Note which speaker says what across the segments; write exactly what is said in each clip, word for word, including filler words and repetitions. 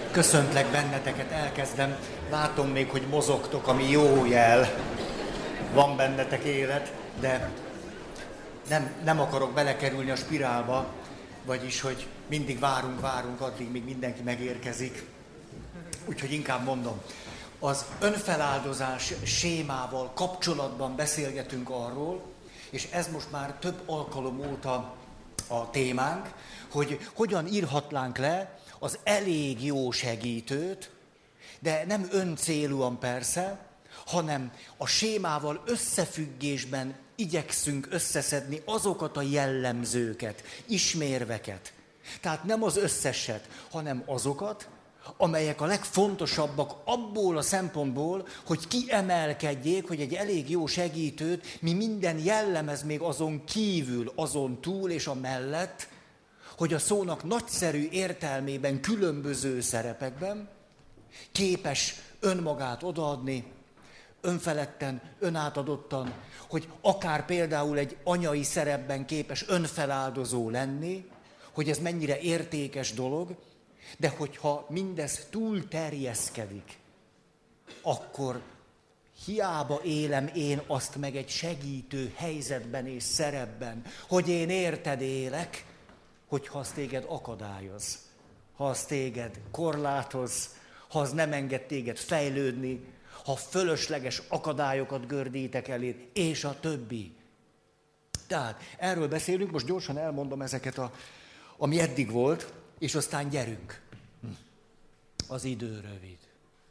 Speaker 1: Köszöntlek benneteket, elkezdem. Látom még, hogy mozogtok, ami jó jel. Van bennetek élet, de nem, nem akarok belekerülni a spirálba, vagyis, hogy mindig várunk, várunk, addig, míg mindenki megérkezik. Úgyhogy inkább mondom. Az önfeláldozás sémával kapcsolatban beszélgetünk arról, és ez most már több alkalom óta a témánk, hogy hogyan írhatnánk le az elég jó segítőt, de nem öncélúan persze, hanem a sémával összefüggésben igyekszünk összeszedni azokat a jellemzőket, ismérveket. Tehát nem az összeset, hanem azokat, amelyek a legfontosabbak abból a szempontból, hogy kiemelkedjék, hogy egy elég jó segítőt mi minden jellemez még azon kívül, azon túl és a mellett, hogy a szónak nagyszerű értelmében különböző szerepekben képes önmagát odaadni, önfeledten, önátadottan, hogy akár például egy anyai szerepben képes önfeláldozó lenni, hogy ez mennyire értékes dolog, de hogyha mindez túl terjeszkedik, akkor hiába élem én azt meg egy segítő helyzetben és szerepben, hogy én érted élek, hogyha az téged akadályoz, ha az téged korlátoz, ha az nem enged téged fejlődni, ha fölösleges akadályokat gördítek eléd, és a többi. Tehát erről beszélünk, most gyorsan elmondom ezeket, a, ami eddig volt, és aztán gyerünk. Az idő rövid.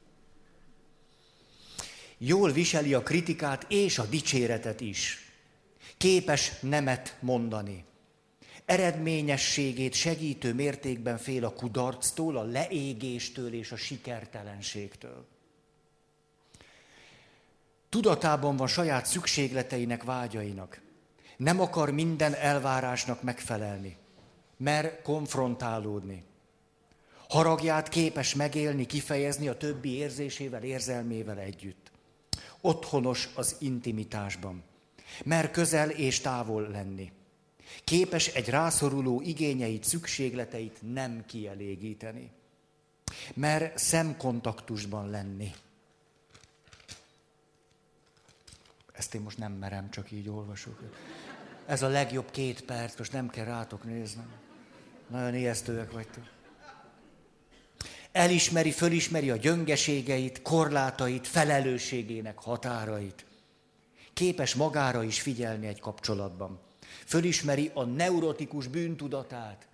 Speaker 1: Jól viseli a kritikát és a dicséretet is. Képes nemet mondani. Eredményességét segítő mértékben fél a kudarctól, a leégéstől és a sikertelenségtől. Tudatában van saját szükségleteinek, vágyainak. Nem akar minden elvárásnak megfelelni. Mer konfrontálódni. Haragját képes megélni, kifejezni a többi érzésével, érzelmével együtt. Otthonos az intimitásban. Mer közel és távol lenni. Képes egy rászoruló igényeit, szükségleteit nem kielégíteni. Mer szemkontaktusban lenni. Ezt én most nem merem, csak így olvasok. Ez a legjobb két perc, most nem kell rátok néznem. Nagyon ijesztőek vagytok. Elismeri, fölismeri a gyöngeségeit, korlátait, felelősségének határait. Képes magára is figyelni egy kapcsolatban. Fölismeri a neurotikus bűntudatát.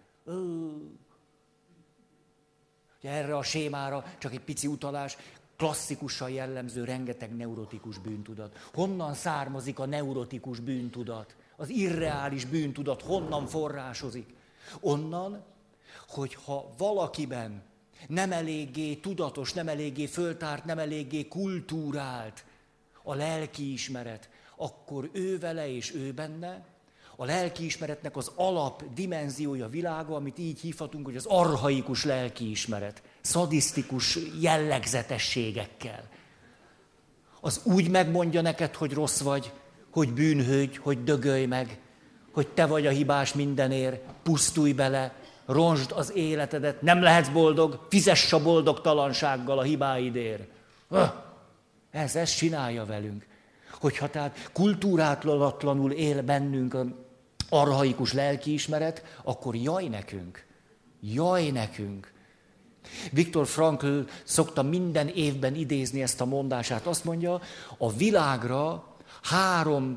Speaker 1: Erre a sémára csak egy pici utalás, klasszikusan jellemző rengeteg neurotikus bűntudat. Honnan származik a neurotikus bűntudat? Az irreális bűntudat honnan forrásozik? Onnan, hogyha valakiben nem eléggé tudatos, nem eléggé föltárt, nem eléggé kultúrált a lelkiismeret, akkor ő vele és ő benne, a lelkiismeretnek az alapdimenziója világa, amit így hívhatunk, hogy az archaikus lelkiismeret, szadisztikus jellegzetességekkel. Az úgy megmondja neked, hogy rossz vagy, hogy bűnhődj, hogy dögölj meg, hogy te vagy a hibás mindenért, pusztulj bele, roncsd az életedet, nem lehetsz boldog, fizess a boldogtalansággal a hibáidért. Ez, ez csinálja velünk. Hogyha tehát kultúrátlanul él bennünk az archaikus lelkiismeret, akkor jaj nekünk, jaj nekünk. Viktor Frankl szokta minden évben idézni ezt a mondását. Azt mondja, a világra három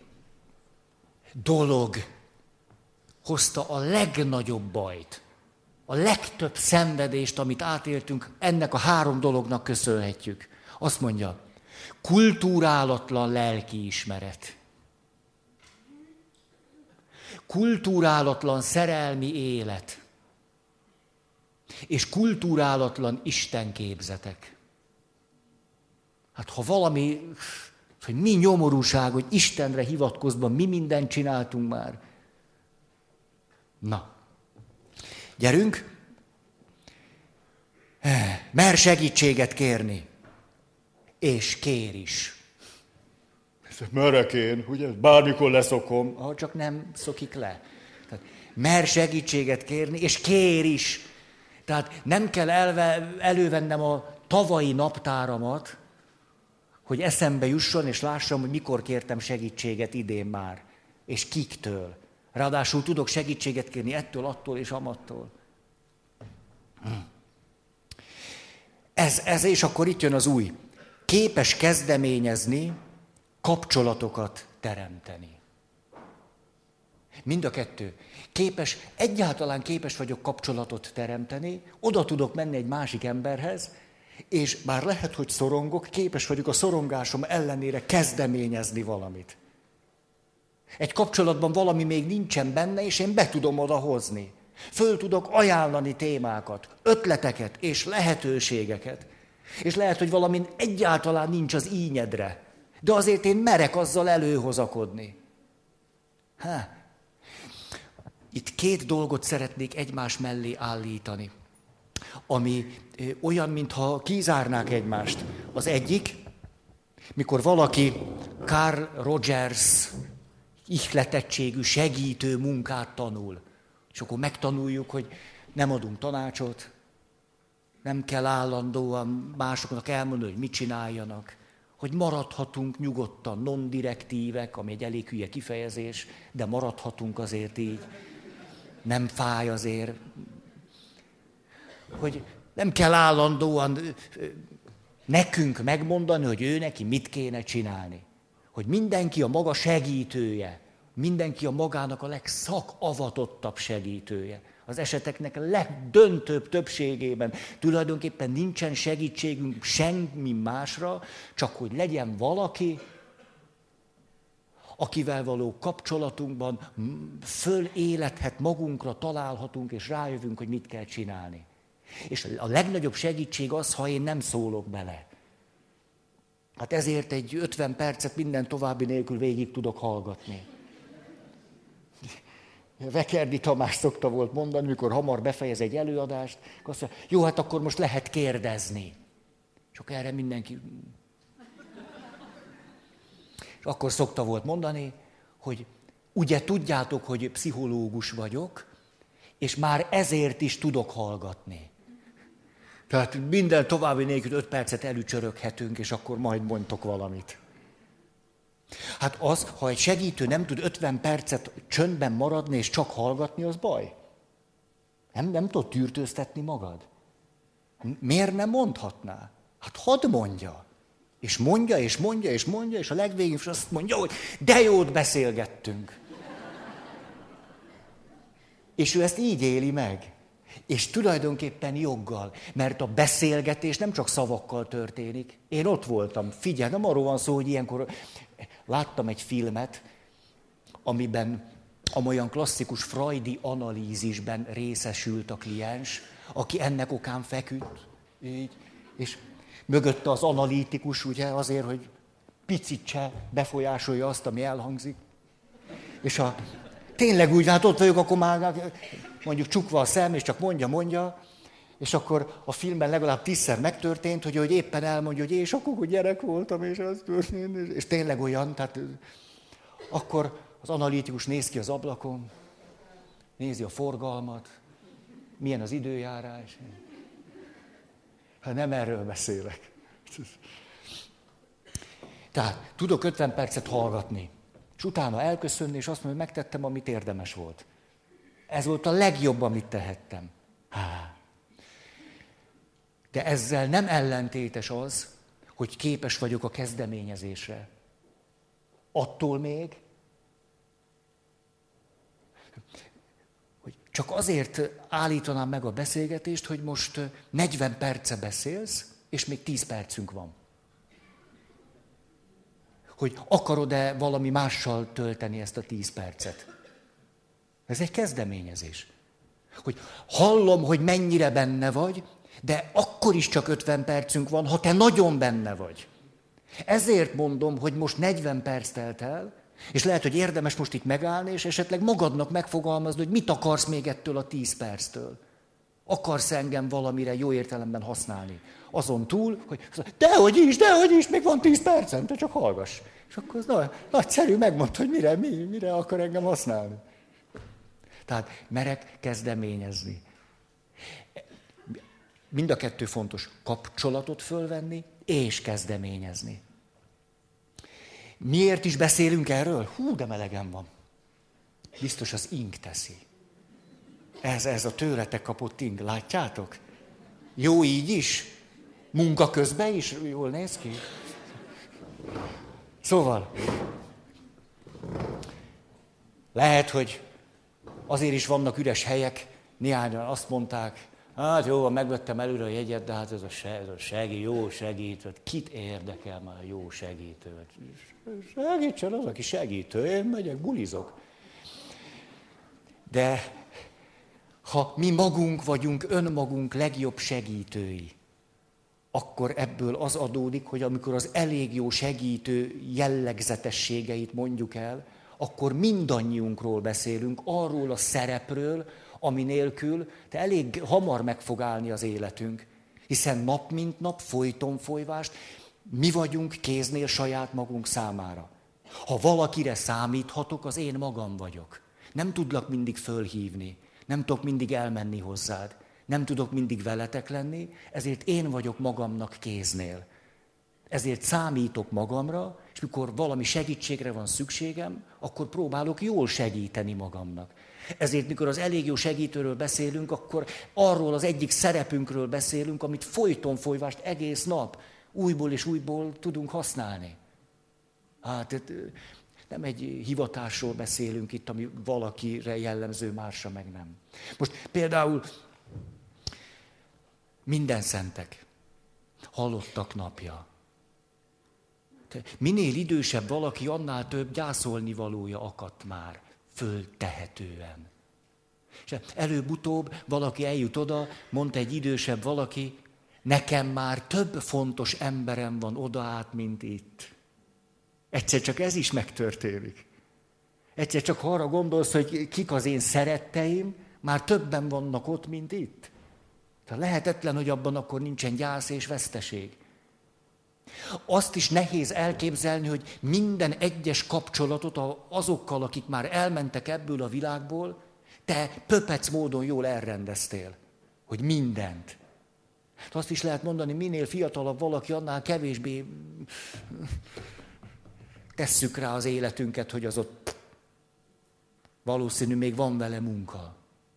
Speaker 1: dolog hozta a legnagyobb bajt, a legtöbb szenvedést, amit átéltünk, ennek a három dolognak köszönhetjük. Azt mondja, kultúrálatlan lelkiismeret, kultúrálatlan szerelmi élet, és kultúrálatlan istenképzetek. Hát ha valami, hogy mi nyomorúság, hogy Istenre hivatkozva mi mindent csináltunk már. Na, gyerünk, mer segítséget kérni, és kér is. Merek én, ugye? Bármikor leszokom. Ha csak nem szokik le. Tehát, mer segítséget kérni, és kér is. Tehát nem kell elve, elővennem a tavalyi naptáramat, hogy eszembe jusson, és lássam, hogy mikor kértem segítséget idén már, és kiktől. Ráadásul tudok segítséget kérni ettől, attól és amattól. Ez, ez, és akkor itt jön az új. Képes kezdeményezni, kapcsolatokat teremteni. Mind a kettő. Képes, egyáltalán képes vagyok kapcsolatot teremteni, oda tudok menni egy másik emberhez, és bár lehet, hogy szorongok, képes vagyok a szorongásom ellenére kezdeményezni valamit. Egy kapcsolatban valami még nincsen benne, és én be tudom oda hozni. Föl tudok ajánlani témákat, ötleteket és lehetőségeket. És lehet, hogy valamin egyáltalán nincs az ínyedre, de azért én merek azzal előhozakodni. Há. Itt két dolgot szeretnék egymás mellé állítani, ami olyan, mintha kizárnák egymást. Az egyik, mikor valaki Carl Rogers ihletettségű, segítő munkát tanul, és akkor megtanuljuk, hogy nem adunk tanácsot, nem kell állandóan másoknak elmondani, hogy mit csináljanak, hogy maradhatunk nyugodtan, non-direktívek, ami egy elég hülye kifejezés, de maradhatunk azért így, nem fáj azért, hogy nem kell állandóan nekünk megmondani, hogy ő neki mit kéne csinálni. Hogy mindenki a maga segítője, mindenki a magának a legszakavatottabb segítője. Az eseteknek a legdöntőbb többségében tulajdonképpen nincsen segítségünk semmi másra, csak hogy legyen valaki, akivel való kapcsolatunkban föléledhet magunkra, találhatunk, és rájövünk, hogy mit kell csinálni. És a legnagyobb segítség az, ha én nem szólok bele. Hát ezért egy ötven percet minden további nélkül végig tudok hallgatni. Vekerdi Tamás szokta volt mondani, mikor hamar befejez egy előadást, akkor azt mondja, jó, hát akkor most lehet kérdezni. Csak erre mindenki... És akkor szokta volt mondani, hogy ugye tudjátok, hogy pszichológus vagyok, és már ezért is tudok hallgatni. Tehát minden további nélkül öt percet elücsöröghetünk, és akkor majd mondtok valamit. Hát az, ha egy segítő nem tud ötven percet csöndben maradni, és csak hallgatni, az baj. Nem, nem tudod tűrtőztetni magad. Miért nem mondhatná? Hát hadd mondja. És mondja, és mondja, és mondja, és a legvégén is azt mondja, hogy de jót beszélgettünk. És ő ezt így éli meg. És tulajdonképpen joggal, mert a beszélgetés nem csak szavakkal történik. Én ott voltam, figyelj, nem arról van szó, hogy ilyenkor láttam egy filmet, amiben amolyan klasszikus freudi analízisben részesült a kliens, aki ennek okán feküdt, így, és mögötte az analitikus, ugye, azért, hogy picit se befolyásolja azt, ami elhangzik. És a tényleg úgy, hát ott vagyok, akkor már mondjuk csukva a szem, és csak mondja, mondja, és akkor a filmben legalább tízszer megtörtént, hogy, hogy éppen elmondja, hogy és akkor, hogy gyerek voltam, és ez történt, és tényleg olyan, tehát akkor az analitikus néz ki az ablakon, nézi a forgalmat, milyen az időjárás. Hát nem erről beszélek. Tehát tudok ötven percet hallgatni, és utána elköszönni, és azt mondom, hogy megtettem, amit érdemes volt. Ez volt a legjobb, amit tehettem. Há. De ezzel nem ellentétes az, hogy képes vagyok a kezdeményezésre. Attól még, hogy csak azért állítanám meg a beszélgetést, hogy most negyven perce beszélsz, és még tíz percünk van. Hogy akarod-e valami mással tölteni ezt a tíz percet. Ez egy kezdeményezés. Hogy hallom, hogy mennyire benne vagy, de akkor is csak ötven percünk van, ha te nagyon benne vagy. Ezért mondom, hogy most negyven perc telt el, és lehet, hogy érdemes most itt megállni, és esetleg magadnak megfogalmazni, hogy mit akarsz még ettől a tíz perctől. Akarsz engem valamire jó értelemben használni. Azon túl, hogy dehogy is, dehogy is, még van tíz percem, te csak hallgass. És akkor az na, nagyszerű, megmondta, hogy mire, mi, mire akar engem használni. Tehát merek kezdeményezni. mind a kettő fontos, kapcsolatot fölvenni és kezdeményezni. Miért is beszélünk erről? Hú, de melegen van. Biztos az ing teszi. Ez, ez a tőletek kapott ing, látjátok? Jó így is? Munka közben is jól néz ki? Szóval, lehet, hogy azért is vannak üres helyek, néhányan azt mondták, hát jó, megvettem előre a jegyet, de hát ez a, se, ez a segí, jó segítő, kit érdekel már a jó segítő? Segítsen az, aki segítő, én megyek, bulizok. De ha mi magunk vagyunk önmagunk legjobb segítői, akkor ebből az adódik, hogy amikor az elég jó segítő jellegzetességeit mondjuk el, akkor mindannyiunkról beszélünk, arról a szerepről, ami nélkül te elég hamar meg fog állni az életünk. Hiszen nap mint nap, folyton folyvást, mi vagyunk kéznél saját magunk számára. Ha valakire számíthatok, az én magam vagyok. Nem tudlak mindig fölhívni, nem tudok mindig elmenni hozzád, nem tudok mindig veletek lenni, ezért én vagyok magamnak kéznél. Ezért számítok magamra, és mikor valami segítségre van szükségem, akkor próbálok jól segíteni magamnak. Ezért, mikor az elég jó segítőről beszélünk, akkor arról az egyik szerepünkről beszélünk, amit folyton folyvást egész nap újból és újból tudunk használni. Hát nem egy hivatásról beszélünk itt, ami valakire jellemző, másra meg nem. Most például minden szentek, halottak napja. Minél idősebb valaki, annál több gyászolnivalója akadt már, föltehetően. És előbb-utóbb valaki eljut oda, mondta egy idősebb valaki, nekem már több fontos emberem van oda át, mint itt. Egyszer csak ez is megtörténik. Egyszer csak arra gondolsz, hogy kik az én szeretteim, már többen vannak ott, mint itt. Tehát lehetetlen, hogy abban akkor nincsen gyász és veszteség. Azt is nehéz elképzelni, hogy minden egyes kapcsolatot azokkal, akik már elmentek ebből a világból, te pöpec módon jól elrendeztél, hogy mindent. Azt is lehet mondani, minél fiatalabb valaki, annál kevésbé tesszük rá az életünket, hogy az ott valószínű még van vele munka.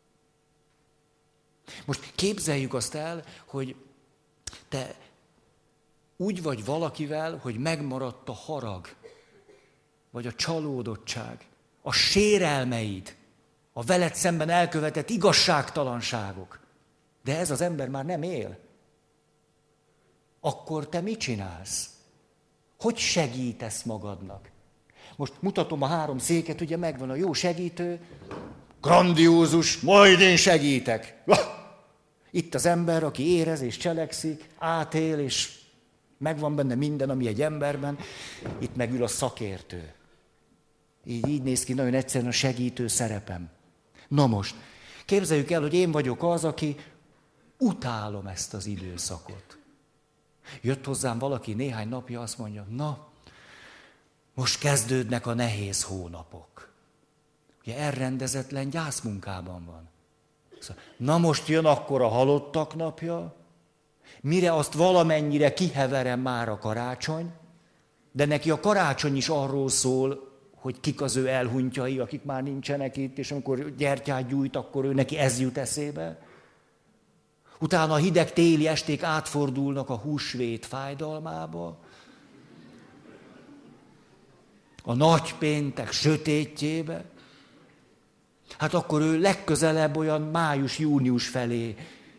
Speaker 1: Most képzeljük azt el, hogy te úgy vagy valakivel, hogy megmaradt a harag, vagy a csalódottság, a sérelmeid, a veled szemben elkövetett igazságtalanságok. De ez az ember már nem él. Akkor te mit csinálsz? Hogy segítesz magadnak? Most mutatom a három széket, ugye megvan a jó segítő, grandiózus, majd én segítek. Itt az ember, aki érez és cselekszik, átél, és megvan benne minden, ami egy emberben, itt megül a szakértő. Így, így néz ki nagyon egyszerűen a segítő szerepem. Na most, képzeljük el, hogy én vagyok az, aki utálom ezt az időszakot. Jött hozzám valaki néhány napja, azt mondja, na, most kezdődnek a nehéz hónapok. Ugye elrendezetlen gyászmunkában van. Szóval, na most jön akkor a halottak napja, mire azt valamennyire kiheverem már a karácsony, de neki a karácsony is arról szól, hogy kik az ő elhunytjai, akik már nincsenek itt, és amikor gyertyát gyújt, akkor ő neki ez jut eszébe. Utána a hideg téli esték átfordulnak a húsvét fájdalmába, a nagy péntek sötétjébe. Hát akkor ő legközelebb olyan május-június felé.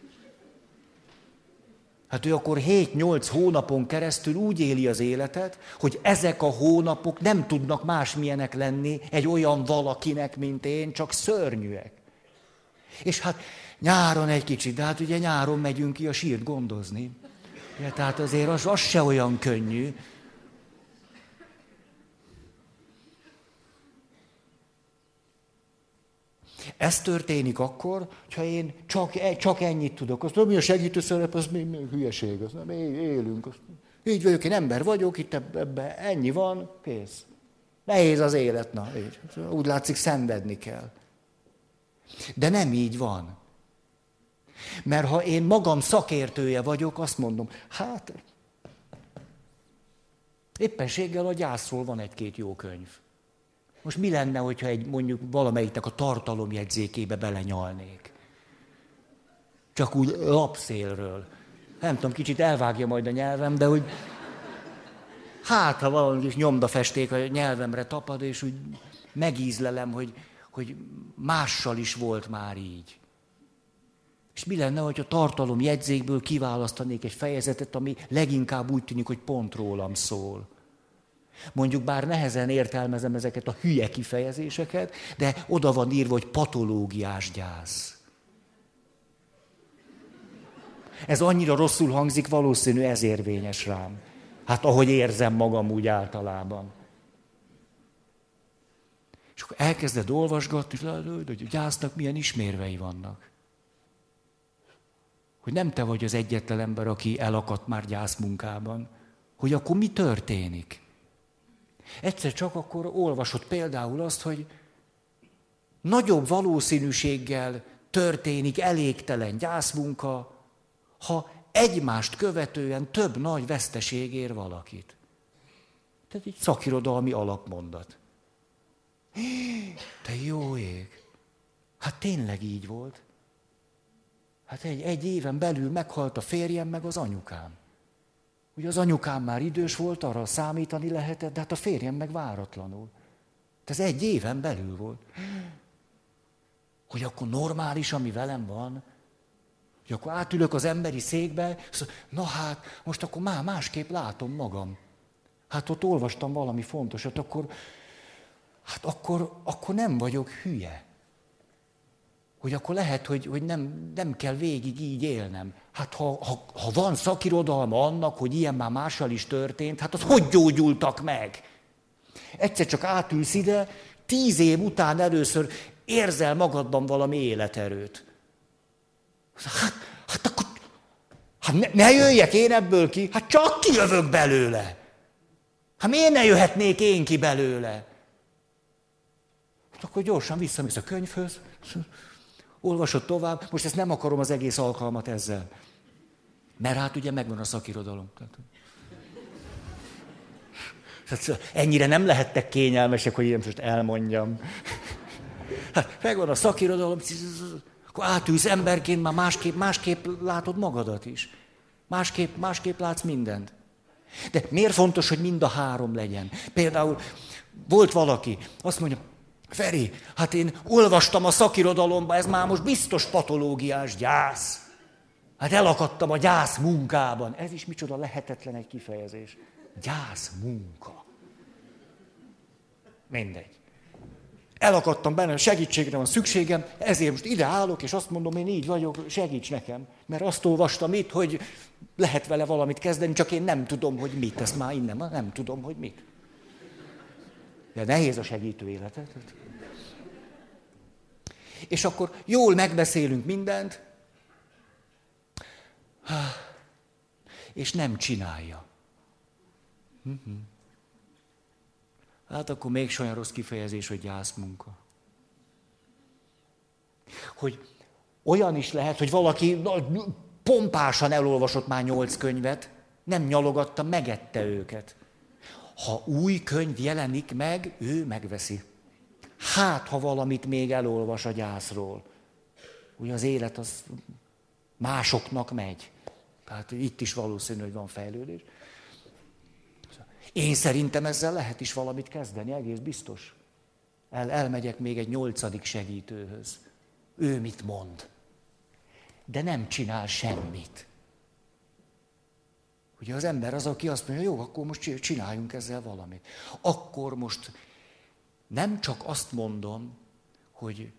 Speaker 1: Hát ő akkor hét-nyolc hónapon keresztül úgy éli az életet, hogy ezek a hónapok nem tudnak másmilyenek lenni egy olyan valakinek, mint én, csak szörnyűek. És hát nyáron egy kicsit, de hát ugye nyáron megyünk ki a sírt gondozni. Ja, tehát azért az, az se olyan könnyű. Ez történik akkor, ha én csak, csak ennyit tudok. Azt mi a segítőszerep, az mi, mi hülyeség, az nem élünk. Azt, így vagyok, én ember vagyok, itt ebben ennyi van, kész. Nehéz az élet, na, így. Úgy látszik, szenvedni kell. De nem így van. Mert ha én magam szakértője vagyok, azt mondom, hát éppenséggel a gyászról van egy-két jó könyv. Most mi lenne, hogyha egy, mondjuk valamelyiknek a tartalomjegyzékébe belenyalnék? Csak úgy lapszélről. Nem tudom, kicsit elvágja majd a nyelvem, de hogy hát, ha valami kis nyomdafesték a nyelvemre tapad, és úgy megízlelem, hogy, hogy mással is volt már így. És mi lenne, hogy a tartalomjegyzékből kiválasztanék egy fejezetet, ami leginkább úgy tűnik, hogy pont rólam szól. Mondjuk bár nehezen értelmezem ezeket a hülye kifejezéseket, de oda van írva, hogy patológiás gyász. Ez annyira rosszul hangzik, valószínű ez érvényes rám. Hát ahogy érzem magam úgy általában. És akkor elkezded olvasgatni, hogy a gyásznak milyen ismérvei vannak. Hogy nem te vagy az egyetlen ember, aki elakadt már gyászmunkában. Hogy akkor mi történik? Egyszer csak akkor olvasod például azt, hogy nagyobb valószínűséggel történik elégtelen gyászmunka, ha egymást követően több nagy veszteség ér valakit. Tehát egy szakirodalmi alapmondat. Te jó ég! Hát tényleg így volt. Hát egy, egy éven belül meghalt a férjem, meg az anyukám. Ugye az anyukám már idős volt, arra számítani lehetett, de hát a férjem meg váratlanul. Ez egy éven belül volt. Hogy akkor normális, ami velem van, hogy akkor átülök az emberi székbe, szóval, na hát, most akkor már másképp látom magam. Hát ott olvastam valami fontosat, akkor, hát akkor, akkor nem vagyok hülye. Hogy akkor lehet, hogy, hogy nem, nem kell végig így élnem. Hát ha, ha, ha van szakirodalma annak, hogy ilyen már mással is történt, hát az hogy gyógyultak meg? Egyszer csak átülsz ide, tíz év után először érzel magadban valami életerőt. Hát, hát akkor, hát ne, ne jöjjek én ebből ki, hát csak kijövök belőle. Hát miért ne jöhetnék én ki belőle? Hát akkor gyorsan visszamész a könyvhöz, olvasod tovább, most ezt nem akarom az egész alkalmat ezzel. Mert hát ugye megvan a szakirodalom. Ennyire nem lehettek kényelmesek, hogy én most elmondjam. Hát megvan a szakirodalom, akkor átülsz emberként, már másképp, másképp látod magadat is. Másképp, másképp látsz mindent. De miért fontos, hogy mind a három legyen? Például volt valaki, azt mondja, Feri, hát én olvastam a szakirodalomba, ez már most biztos patológiás gyász. Hát elakadtam a gyász munkában. Ez is micsoda lehetetlen egy kifejezés. Gyász munka. Mindegy. Elakadtam benne, segítségre van szükségem, ezért most ide állok, és azt mondom, én így vagyok, segíts nekem. Mert azt olvastam itt, hogy lehet vele valamit kezdeni, csak én nem tudom, hogy mit. Ezt már innen, nem tudom, hogy mit. De nehéz a segítő életet. És akkor jól megbeszélünk mindent, és nem csinálja. Hát akkor még olyan rossz kifejezés, hogy gyászmunka. Hogy olyan is lehet, hogy valaki pompásan elolvasott már nyolc könyvet, nem nyalogatta, megette őket. Ha új könyv jelenik meg, ő megveszi. Hát, ha valamit még elolvas a gyászról. Ugye az élet az másoknak megy. Tehát itt is valószínű, hogy van fejlődés. Én szerintem ezzel lehet is valamit kezdeni, egész biztos. El, elmegyek még egy nyolcadik segítőhöz. Ő mit mond? De nem csinál semmit. Ugye az ember az, aki azt mondja, jó, akkor most csináljunk ezzel valamit. Akkor most nem csak azt mondom, hogy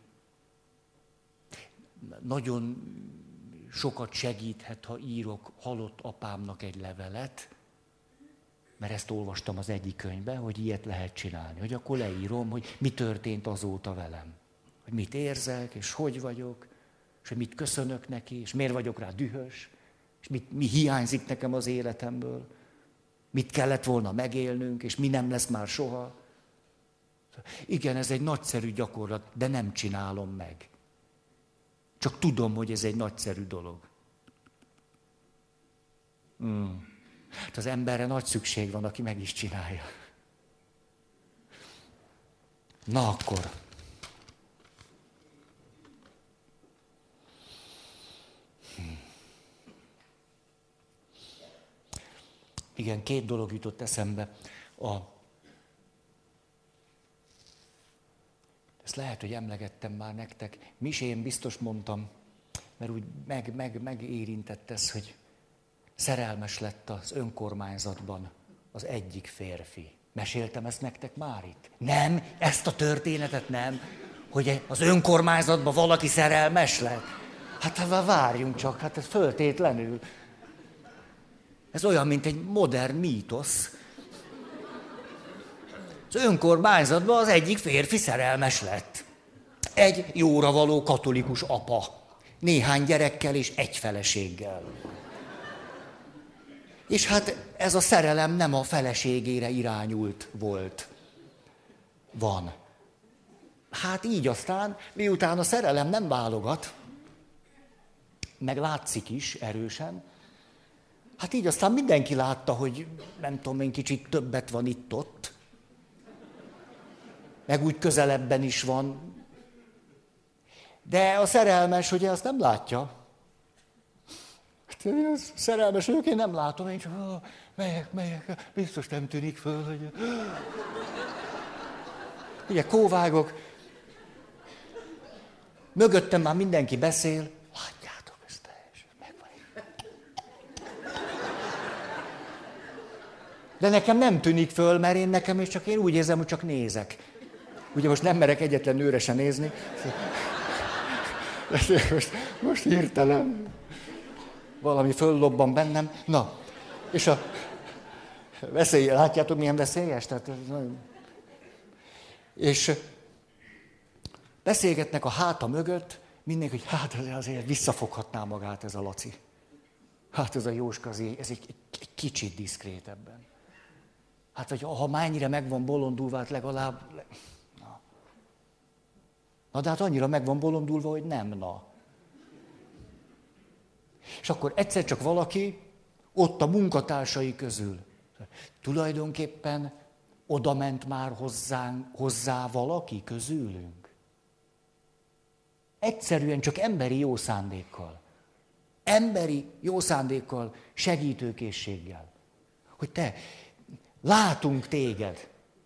Speaker 1: nagyon sokat segíthet, ha írok halott apámnak egy levelet, mert ezt olvastam az egyik könyvben, hogy ilyet lehet csinálni. Hogy akkor leírom, hogy mi történt azóta velem. Hogy mit érzek, és hogy vagyok, és hogy mit köszönök neki, és miért vagyok rá dühös, és mit, mi hiányzik nekem az életemből, mit kellett volna megélnünk, és mi nem lesz már soha. Igen, ez egy nagyszerű gyakorlat, de nem csinálom meg. Csak tudom, hogy ez egy nagyszerű dolog. Hmm. Hát az emberre nagy szükség van, aki meg is csinálja. Na akkor. Hmm. Igen, két dolog jutott eszembe. A... Ezt lehet, hogy emlegettem már nektek. Misén biztos mondtam, mert úgy meg, meg, megérintett ez, hogy szerelmes lett az önkormányzatban az egyik férfi. Meséltem ezt nektek már itt? Nem, ezt a történetet nem, hogy az önkormányzatban valaki szerelmes lett. Hát várjunk csak, hát ez föltétlenül. Ez olyan, mint egy modern mítosz. Az önkormányzatban az egyik férfi szerelmes lett. Egy jóra való katolikus apa. Néhány gyerekkel és egy feleséggel. És hát ez a szerelem nem a feleségére irányult volt. Van. Hát így aztán, miután a szerelem nem válogat, meg látszik is erősen, hát így aztán mindenki látta, hogy nem tudom én, kicsit többet van itt-ott, meg úgy közelebben is van. De a szerelmes, ugye, azt nem látja. Hát, szerelmes vagyok, én nem látom, én csak oh, melyek, melyek, biztos nem tűnik föl, hogy... Ugye, kóvágok. Mögöttem már mindenki beszél. Látjátok, ez teljesen megvan. De nekem nem tűnik föl, mert én nekem is csak én úgy érzem, hogy csak nézek. Ugye most nem merek egyetlen nőre se nézni. Most, most hirtelen valami föllobban bennem. Na, és a veszély, látjátok milyen veszélyes? Tehát, és beszélgetnek a háta mögött, mindenki, hogy hát azért visszafoghatná magát ez a Laci. Hát ez a Jóska, ez egy, egy, egy kicsit diszkrétebben. Hát, hogy ha már ennyire meg van bolondulva, hát legalább... Na. na, de hát annyira meg van bolondulva, hogy nem, na. És akkor egyszer csak valaki, ott a munkatársai közül, tulajdonképpen oda ment már hozzánk, hozzá valaki közülünk. Egyszerűen csak emberi jó szándékkal. Emberi jó szándékkal, segítőkészséggel. Hogy te, látunk téged.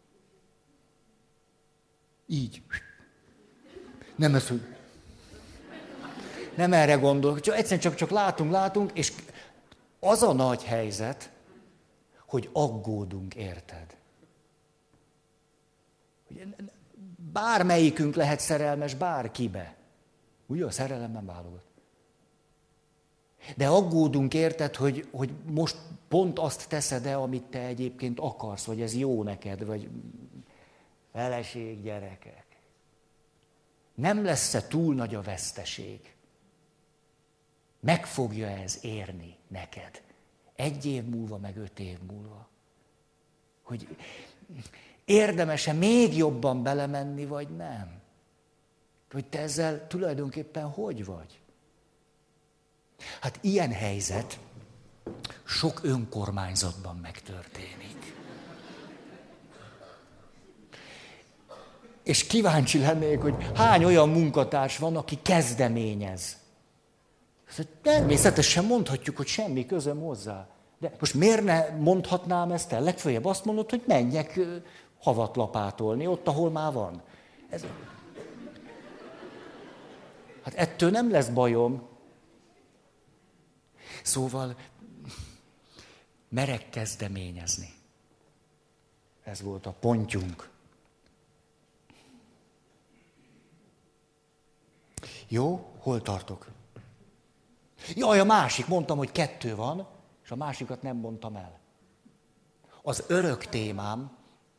Speaker 1: Így. Nem ez, hogy... Nem erre gondolok, csak egyszerűen csak, csak látunk, látunk, és az a nagy helyzet, hogy aggódunk, érted? Bármelyikünk lehet szerelmes bárkibe. Ugye a szerelem nem válogat. De aggódunk, érted, hogy, hogy most pont azt teszed-e, amit te egyébként akarsz, vagy ez jó neked, vagy feleség, gyerekek. Nem lesz-e túl nagy a veszteség? Meg fogja ez érni neked? Egy év múlva, meg öt év múlva. Hogy érdemes-e még jobban belemenni, vagy nem? Hogy te ezzel tulajdonképpen hogy vagy? Hát ilyen helyzet sok önkormányzatban megtörténik. És kíváncsi lennék, hogy hány olyan munkatárs van, aki kezdeményez. Természetesen mondhatjuk, hogy semmi közöm hozzá. De most miért ne mondhatnám ezt el? Legfeljebb azt mondod, hogy menjek havat lapátolni, ott, ahol már van. Ez... Hát ettől nem lesz bajom. Szóval merek kezdeményezni. Ez volt a pontjunk. Jó, hol tartok? Jaj, a másik, mondtam, hogy kettő van, és a másikat nem mondtam el. Az örök témám,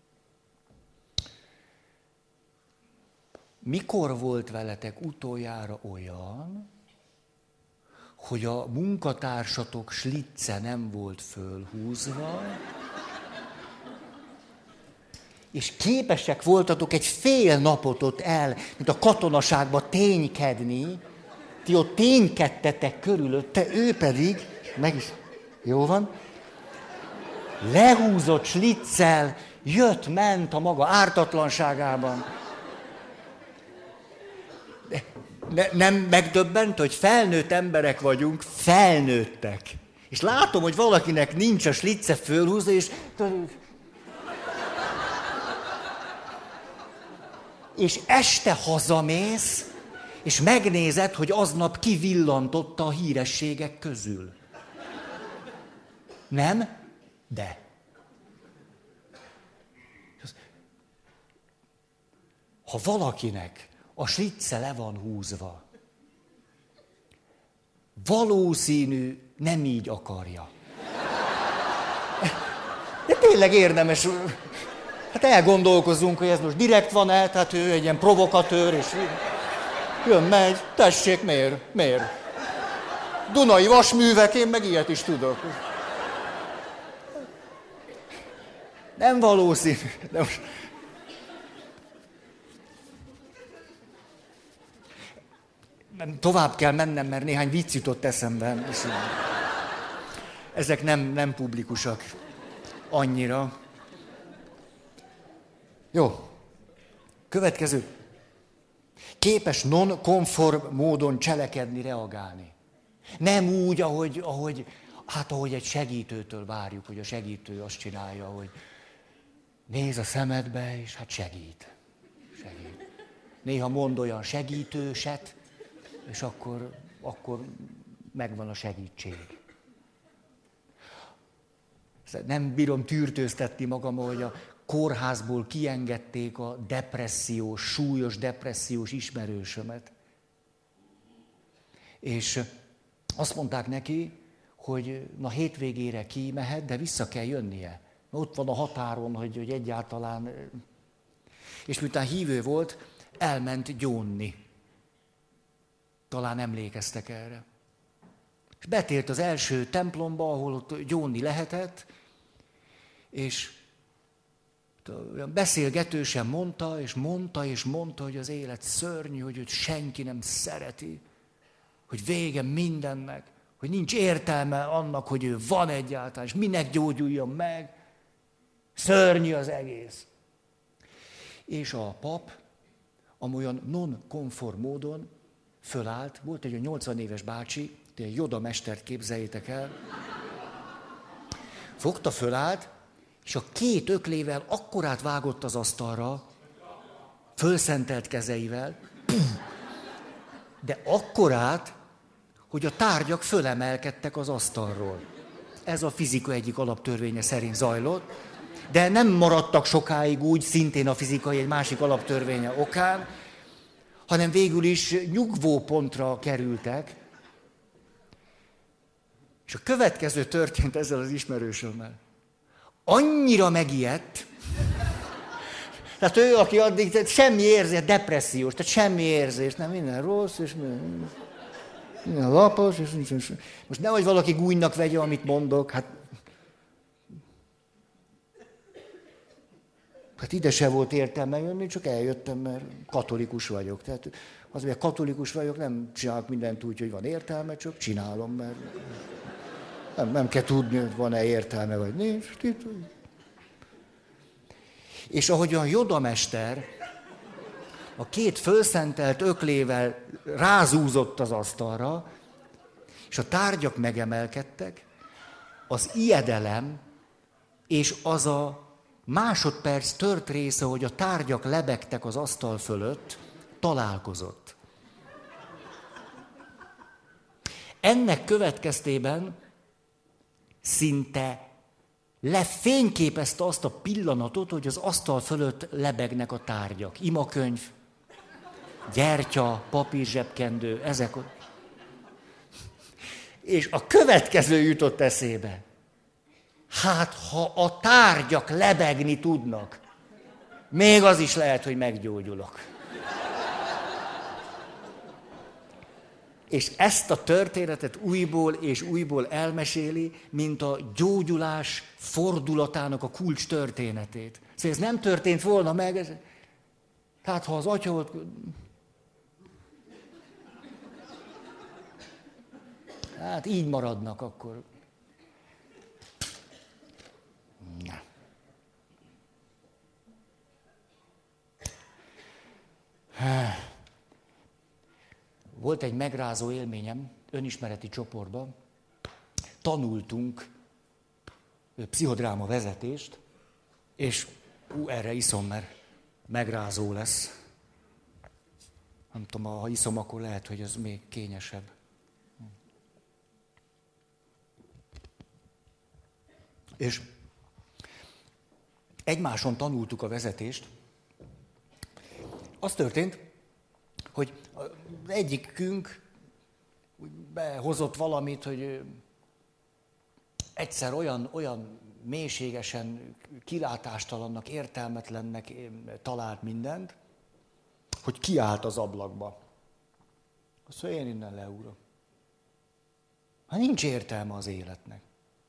Speaker 1: mikor volt veletek utoljára olyan, hogy a munkatársatok slicce nem volt fölhúzva, és képesek voltatok egy fél napot ott el, mint a katonaságban ténykedni, ti ott ténykedtetek körülötte, ő pedig, meg is, jó van, lehúzott sliccel, jött, ment a maga ártatlanságában. De ne, nem megdöbbent, hogy felnőtt emberek vagyunk, felnőttek. És látom, hogy valakinek nincs a slicce fölhúzva, és... És este hazamész, és megnézed, hogy aznap kivillantotta a hírességek közül. Nem? De. Ha valakinek a slicce le van húzva, valószínű, nem így akarja. De tényleg érdemes, hát elgondolkozzunk, hogy ez most direkt van-e, tehát ő egy ilyen provokatőr, és jön, megy, tessék, miért, miért? Dunai vasművek, én meg ilyet is tudok. Nem valószínű, de most... Tovább kell mennem, mert néhány vicc jutott eszembe. Ezek nem, nem publikusak annyira. Jó. Következő. Képes non-konform módon cselekedni, reagálni. Nem úgy, ahogy, ahogy, hát ahogy egy segítőtől várjuk, hogy a segítő azt csinálja, hogy néz a szemedbe, és hát segít. Segít. Néha mond olyan segítőset, és akkor, akkor megvan a segítség. Nem bírom tűrtőztetni magam, hogy a kórházból kiengedték a depressziós, súlyos depressziós ismerősömet. És azt mondták neki, hogy na hétvégére kimehet, de vissza kell jönnie. Ott van a határon, hogy, hogy egyáltalán... És miután hívő volt, elment gyónni. Talán emlékeztek erre. És betért az első templomba, ahol ott gyónni lehetett, és olyan beszélgetősen mondta, és mondta, és mondta, hogy az élet szörnyű, hogy őt senki nem szereti, hogy vége mindennek, hogy nincs értelme annak, hogy ő van egyáltalán, és minek gyógyuljon meg. Szörnyű az egész. És a pap, amolyan non-konform módon fölállt, volt egy nyolcvan éves bácsi, egy Joda mestert képzeljétek el, fogta, fölállt, és a két öklével akkorát vágott az asztalra, fölszentelt kezeivel, de akkorát, hogy a tárgyak fölemelkedtek az asztalról. Ez a fizika egyik alaptörvénye szerint zajlott, de nem maradtak sokáig úgy, szintén a fizikai egy másik alaptörvénye okán, hanem végül is nyugvó pontra kerültek. És a következő történt ezzel az ismerősömmel. Annyira megijedt, tehát ő, aki addig tehát semmi érzés, depressziós, tehát semmi érzés, nem minden rossz, és minden, minden lapos, és nincs, nincs. Most nehogy valaki gúnynak vegye, amit mondok, hát Hát ide se volt értelme jönni, csak eljöttem, mert katolikus vagyok. Tehát az, hogy katolikus vagyok, nem csinálok mindent úgy, hogy van értelme, csak csinálom, mert nem, nem kell tudni, hogy van-e értelme, vagy nincs. És ahogyan Joda mester a két fölszentelt öklével rázúzott az asztalra, és a tárgyak megemelkedtek, az ijedelem és az a másodperc tört része, hogy a tárgyak lebegtek az asztal fölött, találkozott. Ennek következtében szinte lefényképezte azt a pillanatot, hogy az asztal fölött lebegnek a tárgyak. Imakönyv, gyertya, papírzsebkendő, ezek. És a következő jutott eszébe. Hát, ha a tárgyak lebegni tudnak, még az is lehet, hogy meggyógyulok. És ezt a történetet újból és újból elmeséli, mint a gyógyulás fordulatának a kulcs történetét. Szóval ez nem történt volna meg. Ez... Tehát, ha az atya volt... Hát így maradnak akkor. Na. Volt egy megrázó élményem önismereti csoportban. Tanultunk pszichodráma vezetést, és ú, erre iszom, mert megrázó lesz. Nem tudom, ha iszom, akkor lehet, hogy ez még kényesebb. És egymáson tanultuk a vezetést. Az történt, hogy az egyikünk behozott valamit, hogy egyszer olyan, olyan mélységesen kilátástalannak, értelmetlennek talált mindent, hogy kiállt az ablakba. Azt mondja, én innen leugrok. Hát nincs értelme az életnek.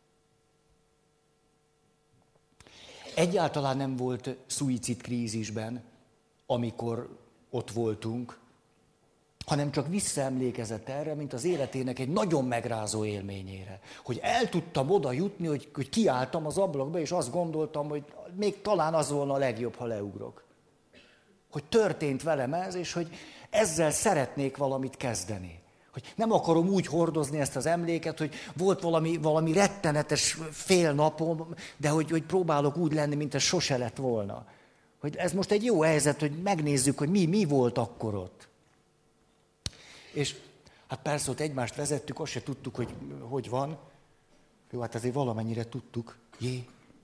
Speaker 1: Egyáltalán nem volt szuicid krízisben, amikor ott voltunk, hanem csak visszaemlékezett erre, mint az életének egy nagyon megrázó élményére. Hogy el tudtam oda jutni, hogy, hogy kiálltam az ablakba, és azt gondoltam, hogy még talán az volna a legjobb, ha leugrok. Hogy történt velem ez, és hogy ezzel szeretnék valamit kezdeni. Hogy nem akarom úgy hordozni ezt az emléket, hogy volt valami, valami rettenetes fél napom, de hogy, hogy próbálok úgy lenni, mint ez sose lett volna. Hogy ez most egy jó helyzet, hogy megnézzük, hogy mi, mi volt akkor ott. És hát persze ott egymást vezettük, azt se tudtuk, hogy hogy van. Jó, hát azért valamennyire tudtuk. Jé,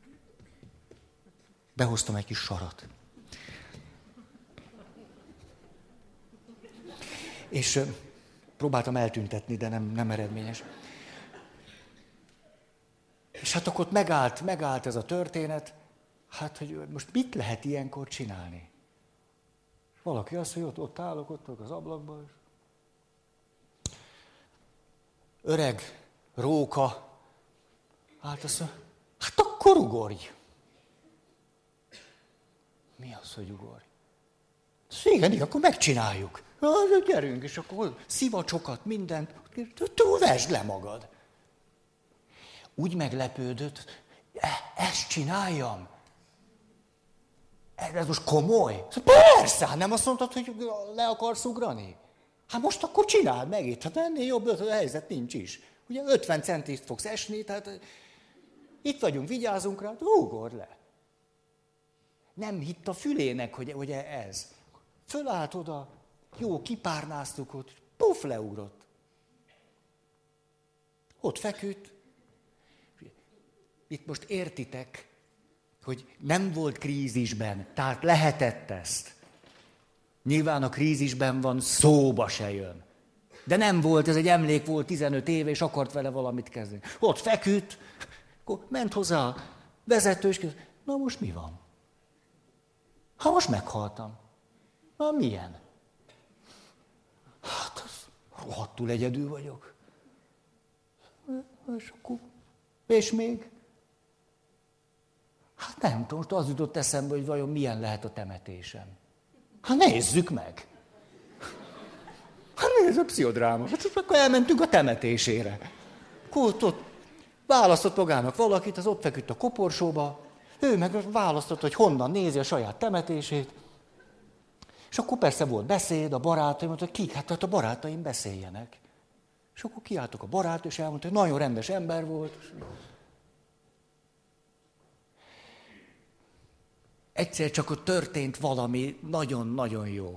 Speaker 1: behoztam egy kis sarat. És próbáltam eltüntetni, de nem, nem eredményes. És hát akkor ott megállt, megállt ez a történet, hát, hogy most mit lehet ilyenkor csinálni? Valaki azt mondja, hogy ott, ott állok, ott vagyok az ablakban, és öreg, róka, hát azt mondja, hát akkor ugorj. Mi az, hogy ugorj? Igen, igen, akkor megcsináljuk. Hát, gyerünk, és akkor szivacsokat, mindent, túl vesd le magad. Úgy meglepődött, ezt csináljam. Ez most komoly? Persze, hát nem azt mondtad, hogy le akarsz ugrani? Hát most akkor csináld meg itt, hát ennél jobb a helyzet nincs is. Ugye ötven centit fogsz esni, tehát itt vagyunk, vigyázunk rá, ugorj le. Nem hitt a fülének, hogy, hogy ez. Fölállt oda, jó, kipárnáztuk ott, puf, leugrott. Ott feküdt. Itt most értitek, hogy nem volt krízisben, tehát lehetett ezt. Nyilván a krízisben van, szóba se jön. De nem volt, ez egy emlék volt tizenöt éve, és akart vele valamit kezdeni. Ott feküdt, akkor ment hozzá a vezető, és kérdez, na most mi van? Ha most meghaltam. Na milyen? Hát az rohadtul egyedül vagyok. És akkor, és még? Hát nem tudom, most az jutott eszembe, hogy vajon milyen lehet a temetésem. Hát nézzük meg. Hát nézd a pszichodráma. Hát akkor elmentünk a temetésére. Akkor ott választott magának valakit, az ott feküdt a koporsóba, ő meg választott, hogy honnan nézi a saját temetését. És akkor persze volt beszéd, a barátaim, mondta, hogy ki? Hát a barátaim beszéljenek. És akkor kiálltok a barát, és elmondta, hogy nagyon rendes ember volt. Egyszer csak ott történt valami nagyon-nagyon jó.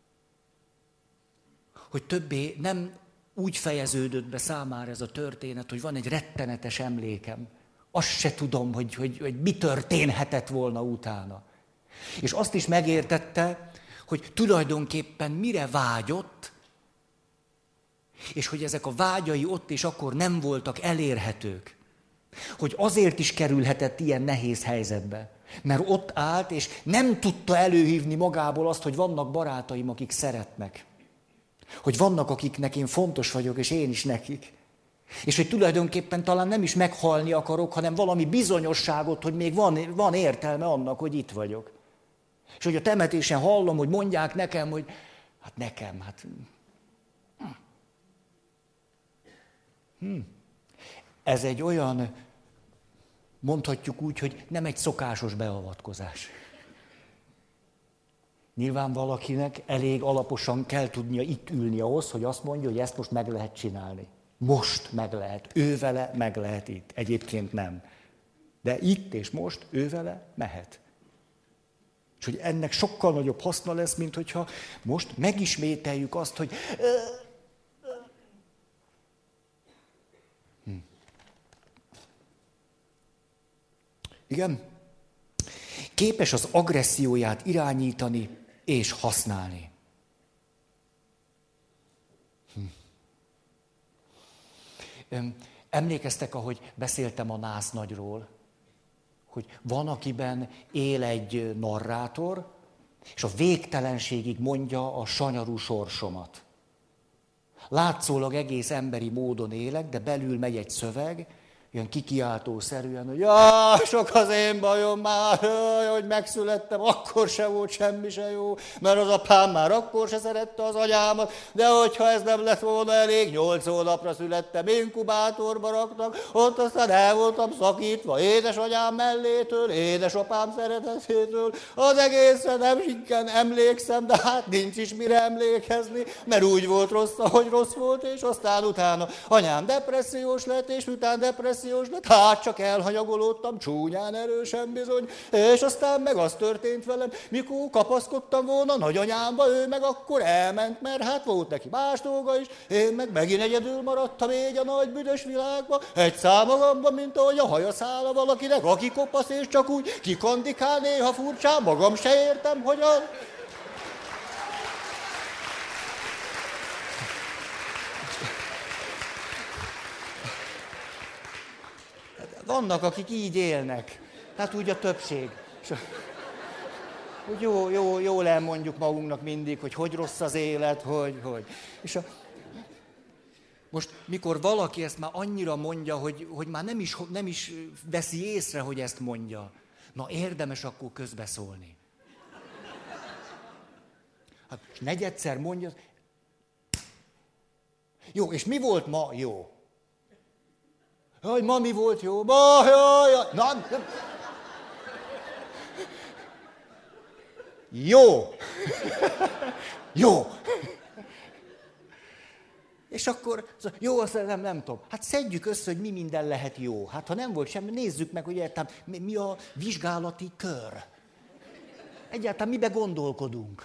Speaker 1: Hogy többé nem úgy fejeződött be számára ez a történet, hogy van egy rettenetes emlékem. Azt se tudom, hogy, hogy, hogy mi történhetett volna utána. És azt is megértette, hogy tulajdonképpen mire vágyott, és hogy ezek a vágyai ott és akkor nem voltak elérhetők. Hogy azért is kerülhetett ilyen nehéz helyzetbe. Mert ott állt, és nem tudta előhívni magából azt, hogy vannak barátaim, akik szeretnek. Hogy vannak, akiknek én fontos vagyok, és én is nekik. És hogy tulajdonképpen talán nem is meghalni akarok, hanem valami bizonyosságot, hogy még van, van értelme annak, hogy itt vagyok. És hogy a temetésen hallom, hogy mondják nekem, hogy hát nekem, hát... Hm. Ez egy olyan, mondhatjuk úgy, hogy nem egy szokásos beavatkozás. Nyilván valakinek elég alaposan kell tudnia itt ülni ahhoz, hogy azt mondja, hogy ezt most meg lehet csinálni. Most meg lehet, ő vele meg lehet itt. Egyébként nem. De itt és most ő vele mehet. És hogy ennek sokkal nagyobb haszna lesz, mint hogyha most megismételjük azt, hogy... Hm. Igen? Képes az agresszióját irányítani és használni. Hm. Emlékeztek, ahogy beszéltem a násznagyról, hogy van, akiben él egy narrátor, és a végtelenségig mondja a sanyarú sorsomat. Látszólag egész emberi módon élek, de belül megy egy szöveg, ilyen kikiáltószerűen, hogy ja, sok az én bajom már, hogy megszülettem, akkor se volt semmi se jó, mert az apám már akkor se szerette az anyámat, de hogyha ez nem lett volna elég, nyolc hónapra születtem, inkubátorba raktak, ott aztán el voltam szakítva édesanyám mellétől, édesapám szeretetétől, az egészre nem sinken emlékszem, de hát nincs is mire emlékezni, mert úgy volt rossz, ahogy rossz volt, és aztán utána anyám depressziós lett, és utána depressziós lett, hát csak elhanyagolódtam, csúnyán erősen bizony, és aztán meg az történt velem, mikor kapaszkodtam volna nagyanyámba, ő meg akkor elment, mert hát volt neki más dolga is, én meg megint egyedül maradtam így a nagy büdös világba, egy számomban, mint ahogy a haja száll valakinek, aki kopasz és csak úgy kikandikál néha furcsán, magam se értem, hogy a... Vannak, akik így élnek. Hát úgy a többség. Hogy jó, jó, jól elmondjuk magunknak mindig, hogy hogy rossz az élet, hogy, hogy. És a... most, mikor valaki ezt már annyira mondja, hogy, hogy már nem is, nem is veszi észre, hogy ezt mondja, na érdemes akkor közbeszólni. Hát negyedszer mondja, jó, és mi volt ma jó? Jaj, ma mi volt jó? Ma, jaj, jaj. Na, nem. Jó. Jó. És akkor, jó, azt nem, nem tudom. Hát szedjük össze, hogy mi minden lehet jó. Hát ha nem volt semmi, nézzük meg, hogy értem, mi a vizsgálati kör. Egyáltalán mibe gondolkodunk.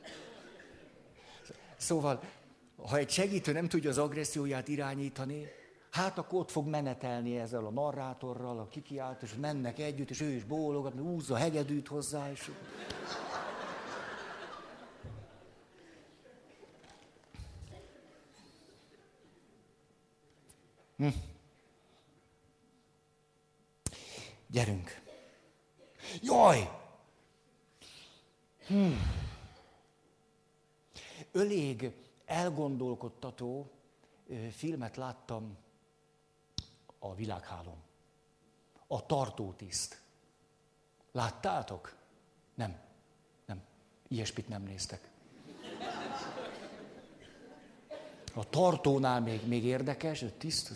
Speaker 1: Szóval, ha egy segítő nem tudja az agresszióját irányítani, hát akkor ott fog menetelni ezzel a narrátorral, a kikiált, és mennek együtt, és ő is bólogat, húzza a hegedűt hozzá, és... Hm. Gyerünk! Jaj! Hm. Elég elgondolkodtató filmet láttam a világhálón. A tartótiszt. Láttátok? Nem. Nem. Ilyesmit nem néztek. A tartónál még, még érdekes, a tiszt.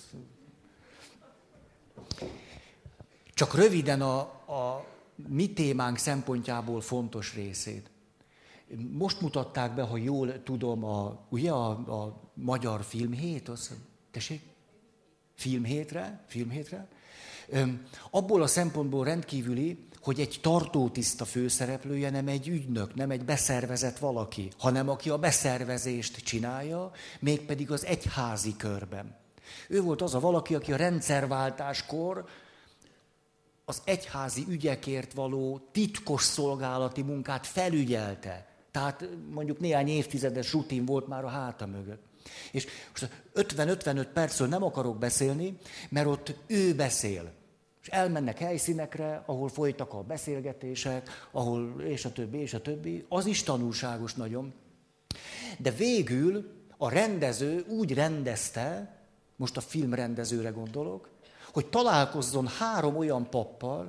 Speaker 1: Csak röviden a, a mi témánk szempontjából fontos részét. Most mutatták be, ha jól tudom, a, ugye a, a magyar filmhét, az, tessék? Filmhétre, filmhétre. Öm, abból a szempontból rendkívüli, hogy egy tartótiszta főszereplője nem egy ügynök, nem egy beszervezett valaki, hanem aki a beszervezést csinálja, mégpedig az egyházi körben. Ő volt az a valaki, aki a rendszerváltáskor az egyházi ügyekért való titkos szolgálati munkát felügyelte. Tehát mondjuk néhány évtizedes rutin volt már a háta mögött. És most ötven-ötvenöt percről nem akarok beszélni, mert ott ő beszél. És elmennek helyszínekre, ahol folytak a beszélgetések, ahol és a többi, és a többi. Az is tanulságos nagyon. De végül a rendező úgy rendezte, most a filmrendezőre gondolok, hogy találkozzon három olyan pappal,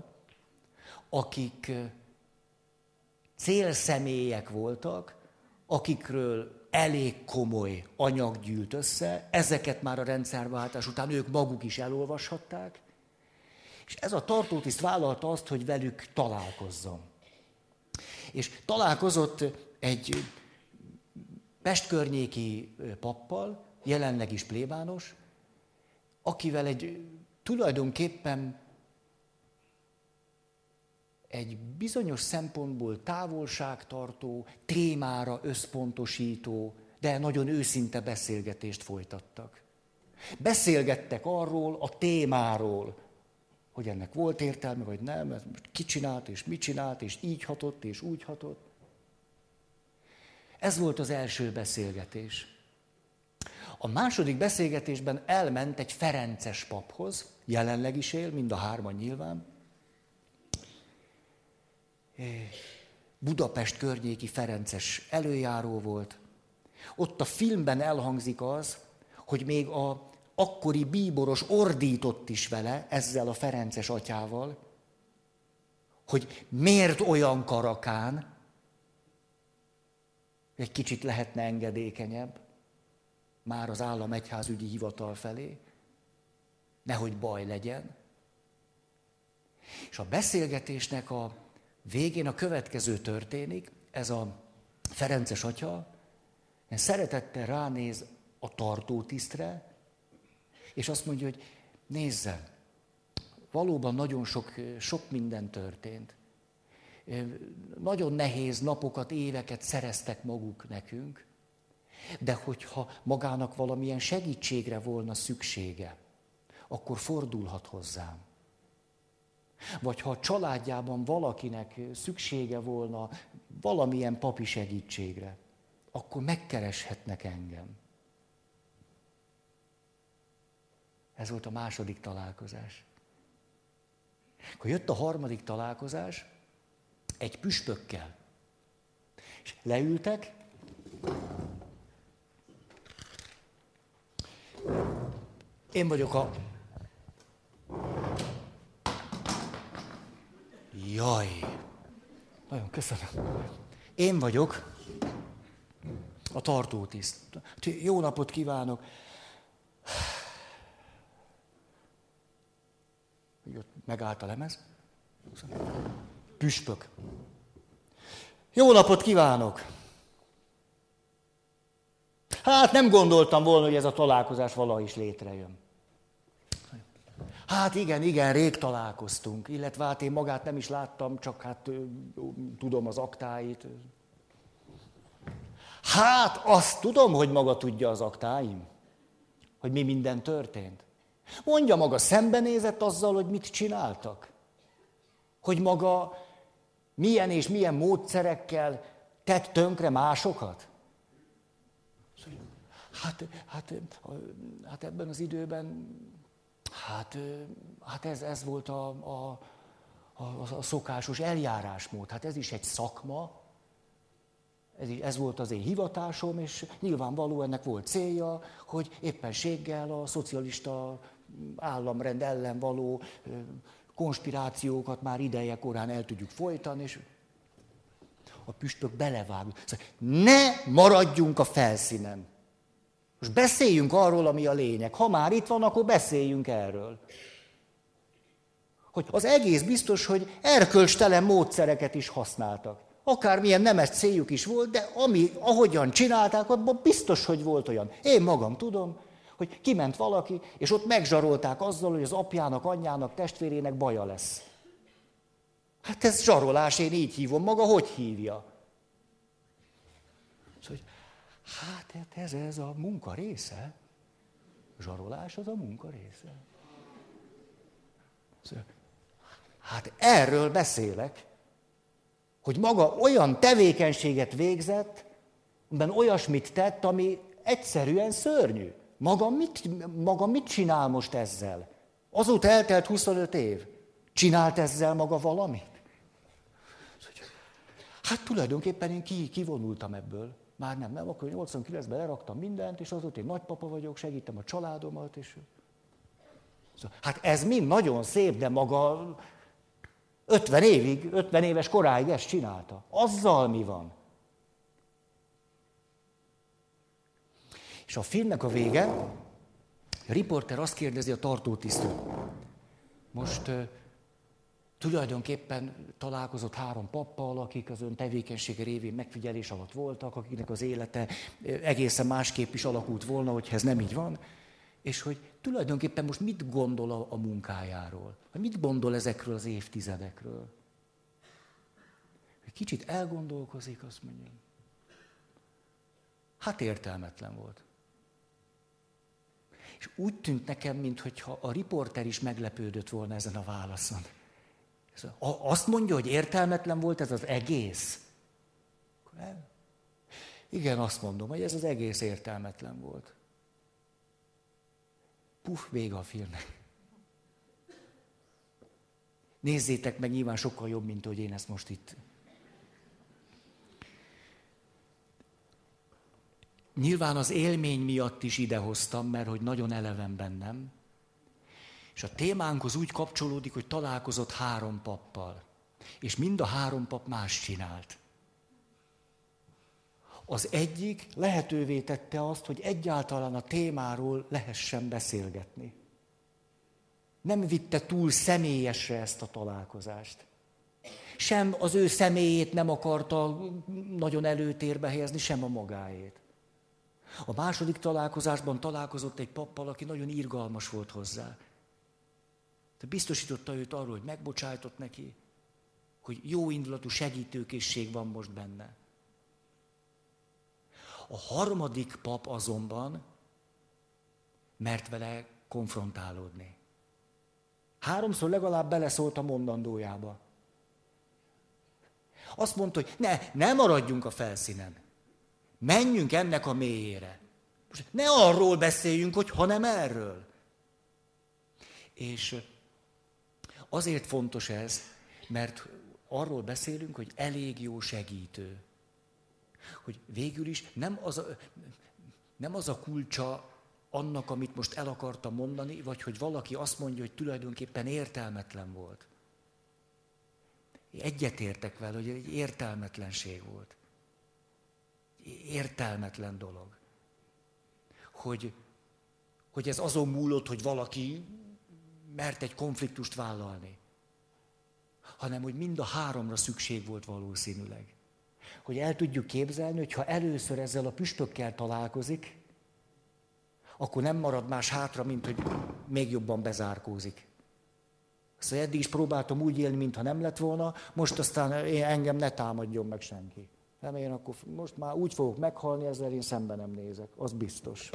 Speaker 1: akik célszemélyek voltak, akikről elég komoly anyag gyűlt össze, ezeket már a rendszerváltás után ők maguk is elolvashatták, és ez a tartótiszt vállalta azt, hogy velük találkozzon. És találkozott egy Pest környéki pappal, jelenleg is plébános, akivel egy tulajdonképpen egy bizonyos szempontból távolságtartó, témára összpontosító, de nagyon őszinte beszélgetést folytattak. Beszélgettek arról, a témáról, hogy ennek volt értelme, vagy nem, ez most ki csinált, és mit csinált, és így hatott, és úgy hatott. Ez volt az első beszélgetés. A második beszélgetésben elment egy ferences paphoz, jelenleg is él, mind a hárman nyilván. Budapest környéki ferences előjáró volt. Ott a filmben elhangzik az, hogy még a akkori bíboros ordított is vele, ezzel a ferences atyával, hogy miért olyan karakán, egy kicsit lehetne engedékenyebb, már az állam egyházügyi hivatal felé, nehogy baj legyen. És a beszélgetésnek a végén a következő történik, ez a ferences atya szeretettel ránéz a tartótisztre, és azt mondja, hogy nézze, valóban nagyon sok, sok minden történt. Nagyon nehéz napokat, éveket szereztek maguk nekünk, de hogyha magának valamilyen segítségre volna szüksége, akkor fordulhat hozzám. Vagy ha a családjában valakinek szüksége volna valamilyen papi segítségre, akkor megkereshetnek engem. Ez volt a második találkozás. Akkor jött a harmadik találkozás egy püspökkel. És leültek, én vagyok a... Jaj! Nagyon köszönöm. Én vagyok a tartótiszt. Jó napot kívánok! Ott megállt a lemez. Püspök. Jó napot kívánok! Hát nem gondoltam volna, hogy ez a találkozás valaha is létrejön. Hát igen, igen, rég találkoztunk, illetve hát én magát nem is láttam, csak hát tudom az aktáit. Hát azt tudom, hogy maga tudja az aktáim, hogy mi minden történt. Mondja, maga szembenézett azzal, hogy mit csináltak? Hogy maga milyen és milyen módszerekkel tett tönkre másokat? Hát, hát, hát ebben az időben, hát, hát ez, ez volt a, a, a, a szokásos eljárásmód. Hát ez is egy szakma, ez, ez volt az én hivatásom, és nyilvánvaló ennek volt célja, hogy éppenséggel a szocialista államrend ellen való konspirációkat már ideje korán el tudjuk folytani, és a püspök belevág. Szóval ne maradjunk a felszínen. Most beszéljünk arról, ami a lényeg. Ha már itt van, akkor beszéljünk erről. Hogy az egész biztos, hogy erkölcstelen módszereket is használtak. Akármilyen nemes céljuk is volt, de ami, ahogyan csinálták, abban biztos, hogy volt olyan. Én magam tudom, hogy kiment valaki, és ott megzsarolták azzal, hogy az apjának, anyjának, testvérének baja lesz. Hát ez zsarolás, én így hívom, maga hogy hívja? Szóval, hát ez, ez a munka része. Zsarolás az a munka része. Szóval, hát erről beszélek, hogy maga olyan tevékenységet végzett, amiben olyasmit tett, ami egyszerűen szörnyű. Maga mit, maga mit csinál most ezzel? Azóta eltelt huszonöt év. Csinált ezzel maga valamit? Hát tulajdonképpen én ki, kivonultam ebből. Már nem, nem, akkor nyolcvankilencben leraktam mindent, és azóta én nagypapa vagyok, segítem a családomat, és... Szóval, hát ez mind nagyon szép, de maga ötven évig, ötven éves koráig ezt csinálta. Azzal mi van? És a filmnek a vége, a riporter azt kérdezi a tartótisztől. Most uh, tulajdonképpen találkozott három pappal, akik az ön tevékenysége révén megfigyelés alatt voltak, akiknek az élete egészen másképp is alakult volna, hogyha ez nem így van. És hogy tulajdonképpen most mit gondol a, a munkájáról? Mit gondol ezekről az évtizedekről? Kicsit elgondolkozik, azt mondja. Hát értelmetlen volt. És úgy tűnt nekem, mintha a riporter is meglepődött volna ezen a válaszon. Azt mondja, hogy értelmetlen volt ez az egész? Igen, azt mondom, hogy ez az egész értelmetlen volt. Puff, vége a filmnek. Nézzétek meg, nyilván sokkal jobb, mint hogy én ezt most itt. Nyilván az élmény miatt is idehoztam, mert hogy nagyon eleven bennem. És a témánkhoz úgy kapcsolódik, hogy találkozott három pappal. És mind a három pap más csinált. Az egyik lehetővé tette azt, hogy egyáltalán a témáról lehessen beszélgetni. Nem vitte túl személyesre ezt a találkozást. Sem az ő személyét nem akarta nagyon előtérbe helyezni, sem a magáét. A második találkozásban találkozott egy pappal, aki nagyon irgalmas volt hozzá. De biztosította őt arról, hogy megbocsájtott neki, hogy jó indulatú segítőkészség van most benne. A harmadik pap azonban mert vele konfrontálódni. Háromszor legalább beleszólt a mondandójába. Azt mondta, hogy ne, ne maradjunk a felszínen. Menjünk ennek a mélyére. Most ne arról beszéljünk, hogy hanem erről. És azért fontos ez, mert arról beszélünk, hogy elég jó segítő. Hogy végül is nem az a, nem az a kulcsa annak, amit most el akartam mondani, vagy hogy valaki azt mondja, hogy tulajdonképpen értelmetlen volt. Egyetértek vele, hogy egy értelmetlenség volt. Értelmetlen dolog. Hogy, hogy ez azon múlott, hogy valaki mert egy konfliktust vállalni. Hanem, hogy mind a háromra szükség volt valószínűleg. Hogy el tudjuk képzelni, hogy ha először ezzel a püspökkel találkozik, akkor nem marad más hátra, mint hogy még jobban bezárkózik. Szóval eddig is próbáltam úgy élni, mintha nem lett volna, most aztán én, engem ne támadjon meg senki. Nem, én akkor most már úgy fogok meghalni, ezzel én szembe nem nézek, az biztos.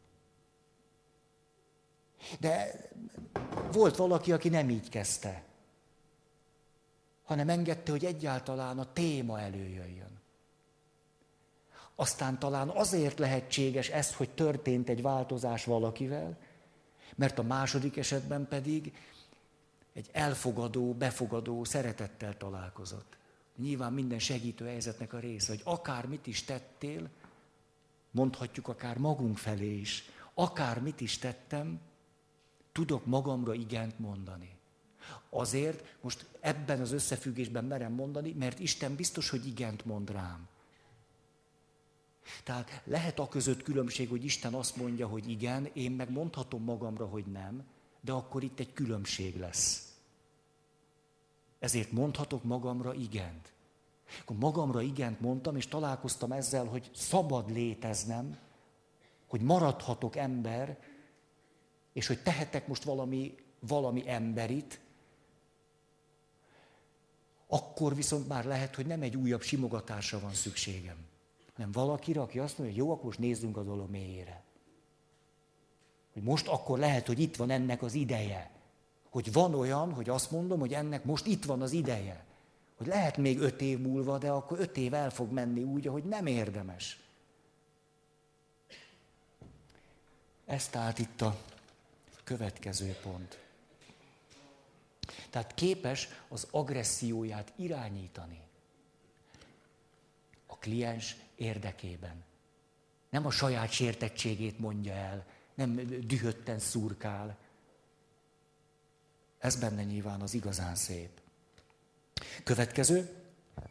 Speaker 1: De volt valaki, aki nem így kezdte, hanem engedte, hogy egyáltalán a téma előjöjjön. Aztán talán azért lehetséges ez, hogy történt egy változás valakivel, mert a második esetben pedig egy elfogadó, befogadó szeretettel találkozott. Nyilván minden segítő helyzetnek a része, hogy akár mit is tettél, mondhatjuk akár magunk felé is, akár mit is tettem, tudok magamra igent mondani. Azért most ebben az összefüggésben merem mondani, mert Isten biztos, hogy igent mond rám. Tehát lehet a között különbség, hogy Isten azt mondja, hogy igen, én meg mondhatom magamra, hogy nem, de akkor itt egy különbség lesz. Ezért mondhatok magamra igent. Akkor magamra igent mondtam, és találkoztam ezzel, hogy szabad léteznem, hogy maradhatok ember, és hogy tehetek most valami, valami emberit, akkor viszont már lehet, hogy nem egy újabb simogatásra van szükségem, hanem valakire, aki azt mondja, hogy jó, akkor most nézzünk a dolog mélyére. Hogy most akkor lehet, hogy itt van ennek az ideje. Hogy van olyan, hogy azt mondom, hogy ennek most itt van az ideje. Hogy lehet még öt év múlva, de akkor öt év el fog menni úgy, ahogy nem érdemes. Ez tehát itt a következő pont. Tehát képes az agresszióját irányítani a kliens érdekében. Nem a saját sértettségét mondja el, nem dühötten szurkál. Ez benne nyilván az igazán szép. Következő.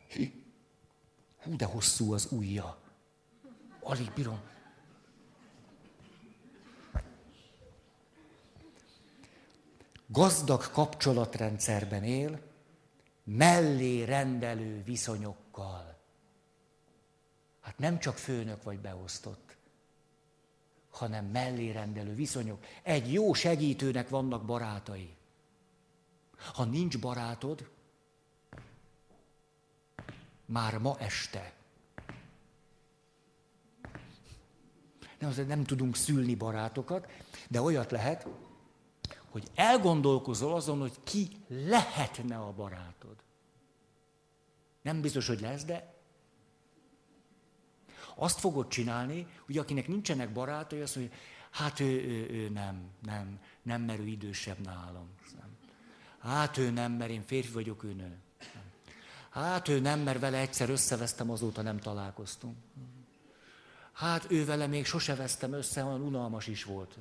Speaker 1: Hú, de hosszú az ujja. Alig bírom. gazdag kapcsolatrendszerben él, mellé rendelő viszonyokkal. Hát nem csak főnök vagy beosztott, hanem mellé rendelő viszonyok. Egy jó segítőnek vannak barátai. Ha nincs barátod, már ma este. Nem, nem tudunk szülni barátokat, de olyat lehet, hogy elgondolkozol azon, hogy ki lehetne a barátod. Nem biztos, hogy lesz, de azt fogod csinálni, hogy akinek nincsenek barátai, azt mondja, hát ő, ő, ő nem, nem, nem, mert ő idősebb nálam. Hát ő nem, mert én férfi vagyok, ő nő. Hát ő nem, mert vele egyszer összevesztem, azóta nem találkoztunk. Hát ő vele még sose vesztem össze, olyan unalmas is volt.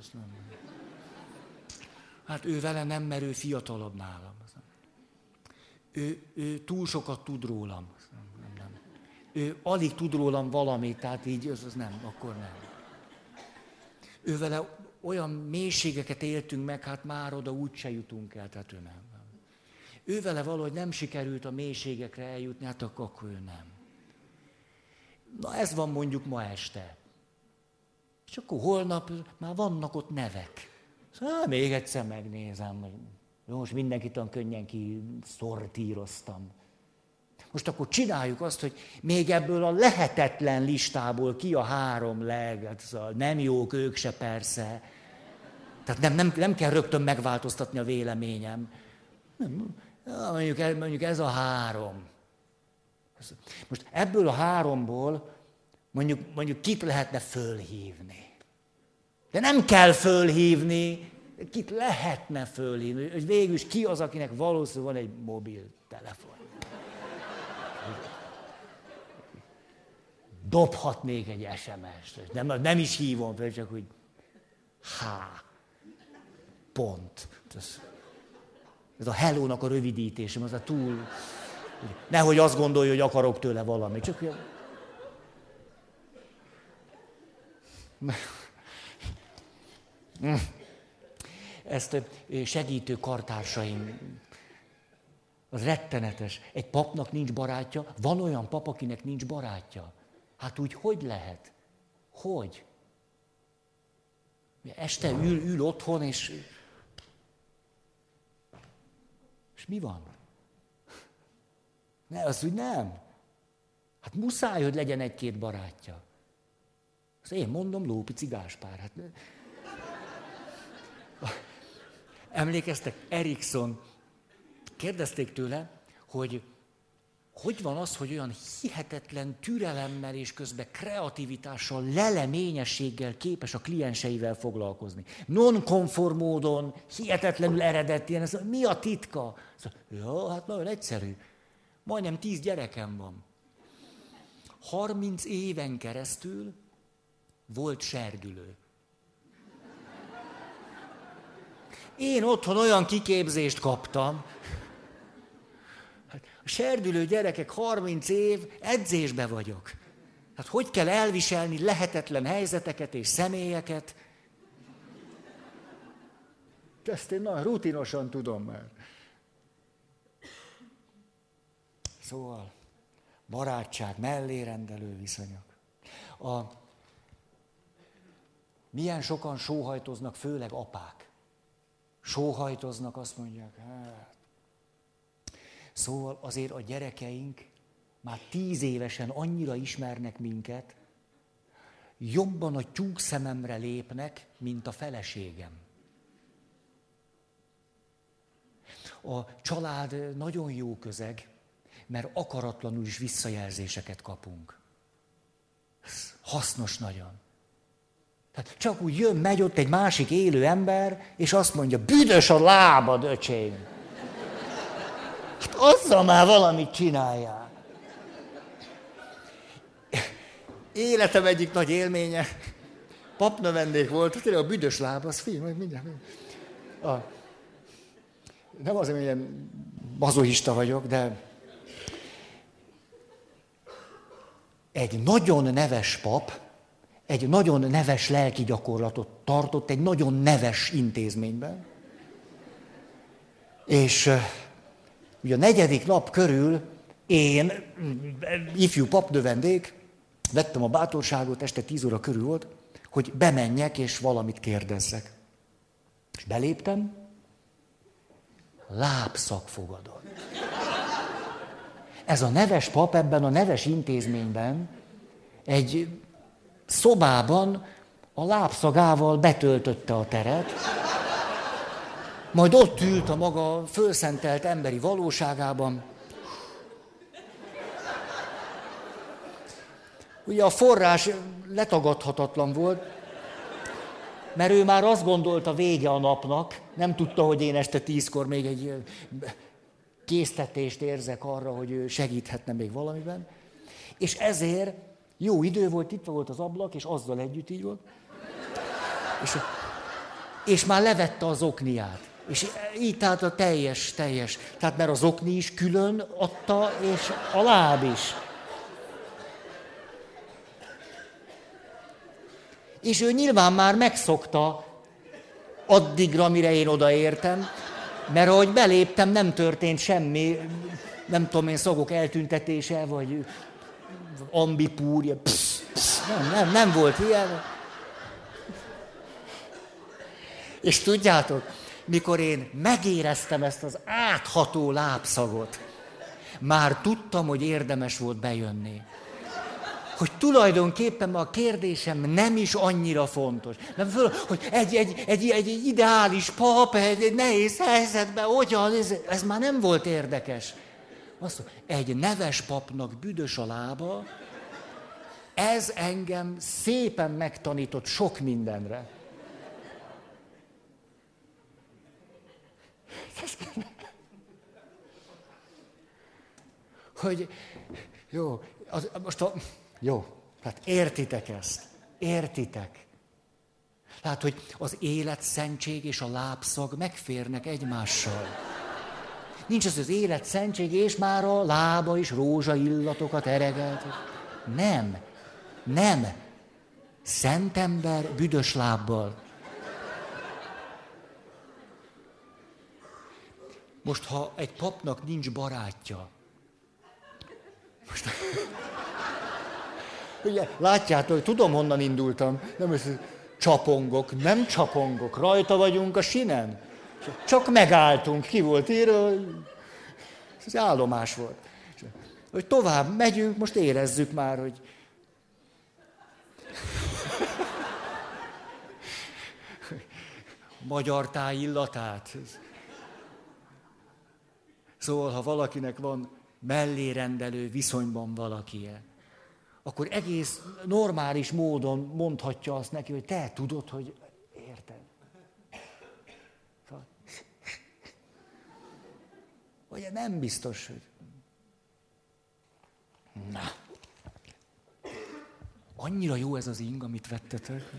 Speaker 1: Hát ő vele nem, mert ő fiatalabb nálam. Ő, ő túl sokat tud rólam. Nem, nem. Ő alig tud rólam valamit, tehát így, az, az nem, akkor nem. Ő vele olyan mélységeket éltünk meg, hát már oda úgyse jutunk el, tehát ő nem. nem. Ő vele valahogy nem sikerült a mélységekre eljutni, hát akkor, akkor ő nem. Na ez van mondjuk ma este. És akkor holnap már vannak ott nevek. Szóval még egyszer megnézem, hogy most mindenkit olyan könnyen kiszortíroztam. Most akkor csináljuk azt, hogy még ebből a lehetetlen listából ki a három leg, hát szóval nem jók ők se persze. Tehát nem, nem, nem kell rögtön megváltoztatni a véleményem. Nem, mondjuk, mondjuk ez a három. Most ebből a háromból mondjuk, mondjuk kit lehetne fölhívni. De nem kell fölhívni, kit lehetne fölhívni, hogy végül is ki az, akinek valószínűleg van egy mobiltelefon. Dobhatnék egy es em est, nem, nem is hívom fel, csak hogy há, pont. Ez, ez a hello-nak a rövidítésem, az a túl... Nehogy azt gondolja, hogy akarok tőle valamit, csak olyan... Ezt segítő kartársaim, az rettenetes. Egy papnak nincs barátja, van olyan pap, akinek nincs barátja. Hát úgy hogy lehet? Hogy? Este ül, ül otthon, és... És mi van? Ne, az úgy nem. Hát muszáj, hogy legyen egy-két barátja. Azt én mondom, Lópici Gáspár. Hát... Emlékeztek, Erikson, kérdezték tőle, hogy hogy van az, hogy olyan hihetetlen türelemmel és közben kreativitással, leleményességgel képes a klienseivel foglalkozni. Non-konform módon, hihetetlenül eredetien, ez mi a titka? Ja, hát nagyon egyszerű. Majdnem tíz gyerekem van. Harminc éven keresztül volt serdülő. Én otthon olyan kiképzést kaptam, hát a serdülő gyerekek harminc év, edzésbe vagyok. Hát hogy kell elviselni lehetetlen helyzeteket és személyeket? Ezt én nagyon rutinosan tudom már. Szóval, barátság, mellérendelő viszonyok. A, milyen sokan sóhajtoznak, főleg apák. Sóhajtoznak, azt mondják, hát. Szóval azért a gyerekeink már tíz évesen annyira ismernek minket, jobban a tyúk szememre lépnek, mint a feleségem. A család nagyon jó közeg, mert akaratlanul is visszajelzéseket kapunk. Hasznos nagyon. Tehát csak úgy jön, megy ott egy másik élő ember, és azt mondja, büdös a lábad, öcsém. Hát azzal már valamit csináljál. Életem egyik nagy élménye, papnövendék volt, tényleg a büdös láb, az figyelj, majd mindjárt. A, nem azért, hogy ilyen mazochista vagyok, de egy nagyon neves pap, egy nagyon neves lelki gyakorlatot tartott egy nagyon neves intézményben, És ugye a negyedik nap körül én, ifjú papnövendék, vettem a bátorságot, este tíz óra körül volt, hogy bemenjek és valamit kérdezzek. És beléptem, lábszakfogadon. Ez a neves pap ebben a neves intézményben egy szobában a lábszagával betöltötte a teret, majd ott ült a maga fölszentelt emberi valóságában. Ugye a forrás letagadhatatlan volt, mert ő már azt gondolta, vége a napnak, nem tudta, hogy én este tízkor még egy késztetést érzek arra, hogy ő segíthetne még valamiben. És ezért jó idő volt, itt volt az ablak, és azzal együtt így volt. És, és már levette az okniát. És így tehát a teljes, teljes. Tehát mert az okni is külön adta, és a láb is. És ő nyilván már megszokta addigra, mire én odaértem, mert ahogy beléptem, nem történt semmi, nem tudom én, szagok eltüntetése, vagy ambipúrja, psz, psz, nem, nem, nem volt ilyen. És tudjátok, mikor én megéreztem ezt az átható lábszagot, már tudtam, hogy érdemes volt bejönni. Hogy tulajdonképpen a kérdésem nem is annyira fontos. Nem föl, hogy egy, egy, egy, egy ideális pap, egy nehéz helyzetben, hogyan, ez, ez már nem volt érdekes. Azt mondja, egy neves papnak büdös a lába, ez engem szépen megtanított sok mindenre. Hogy jó, az, most a... Jó, hát értitek ezt, értitek. Tehát, hogy az életszentség és a lábszag megférnek egymással. Nincs az az életszentség, és már a lába is rózsaillatokat eregelt. Nem, nem. Szent ember büdös lábbal. Most, ha egy papnak nincs barátja, most... Ugye, látjátok, tudom, honnan indultam. Nem, ez csapongok, nem csapongok, rajta vagyunk a sinen. Csak megálltunk, ki volt írva, ez állomás volt. Hogy tovább megyünk, most érezzük már, hogy... Magyar táj illatát. Szóval, ha valakinek van mellérendelő viszonyban valakie, akkor egész normális módon mondhatja azt neki, hogy te tudod, hogy érted. Vagy nem biztos, hogy... Na. Annyira jó ez az ing, amit vettetek.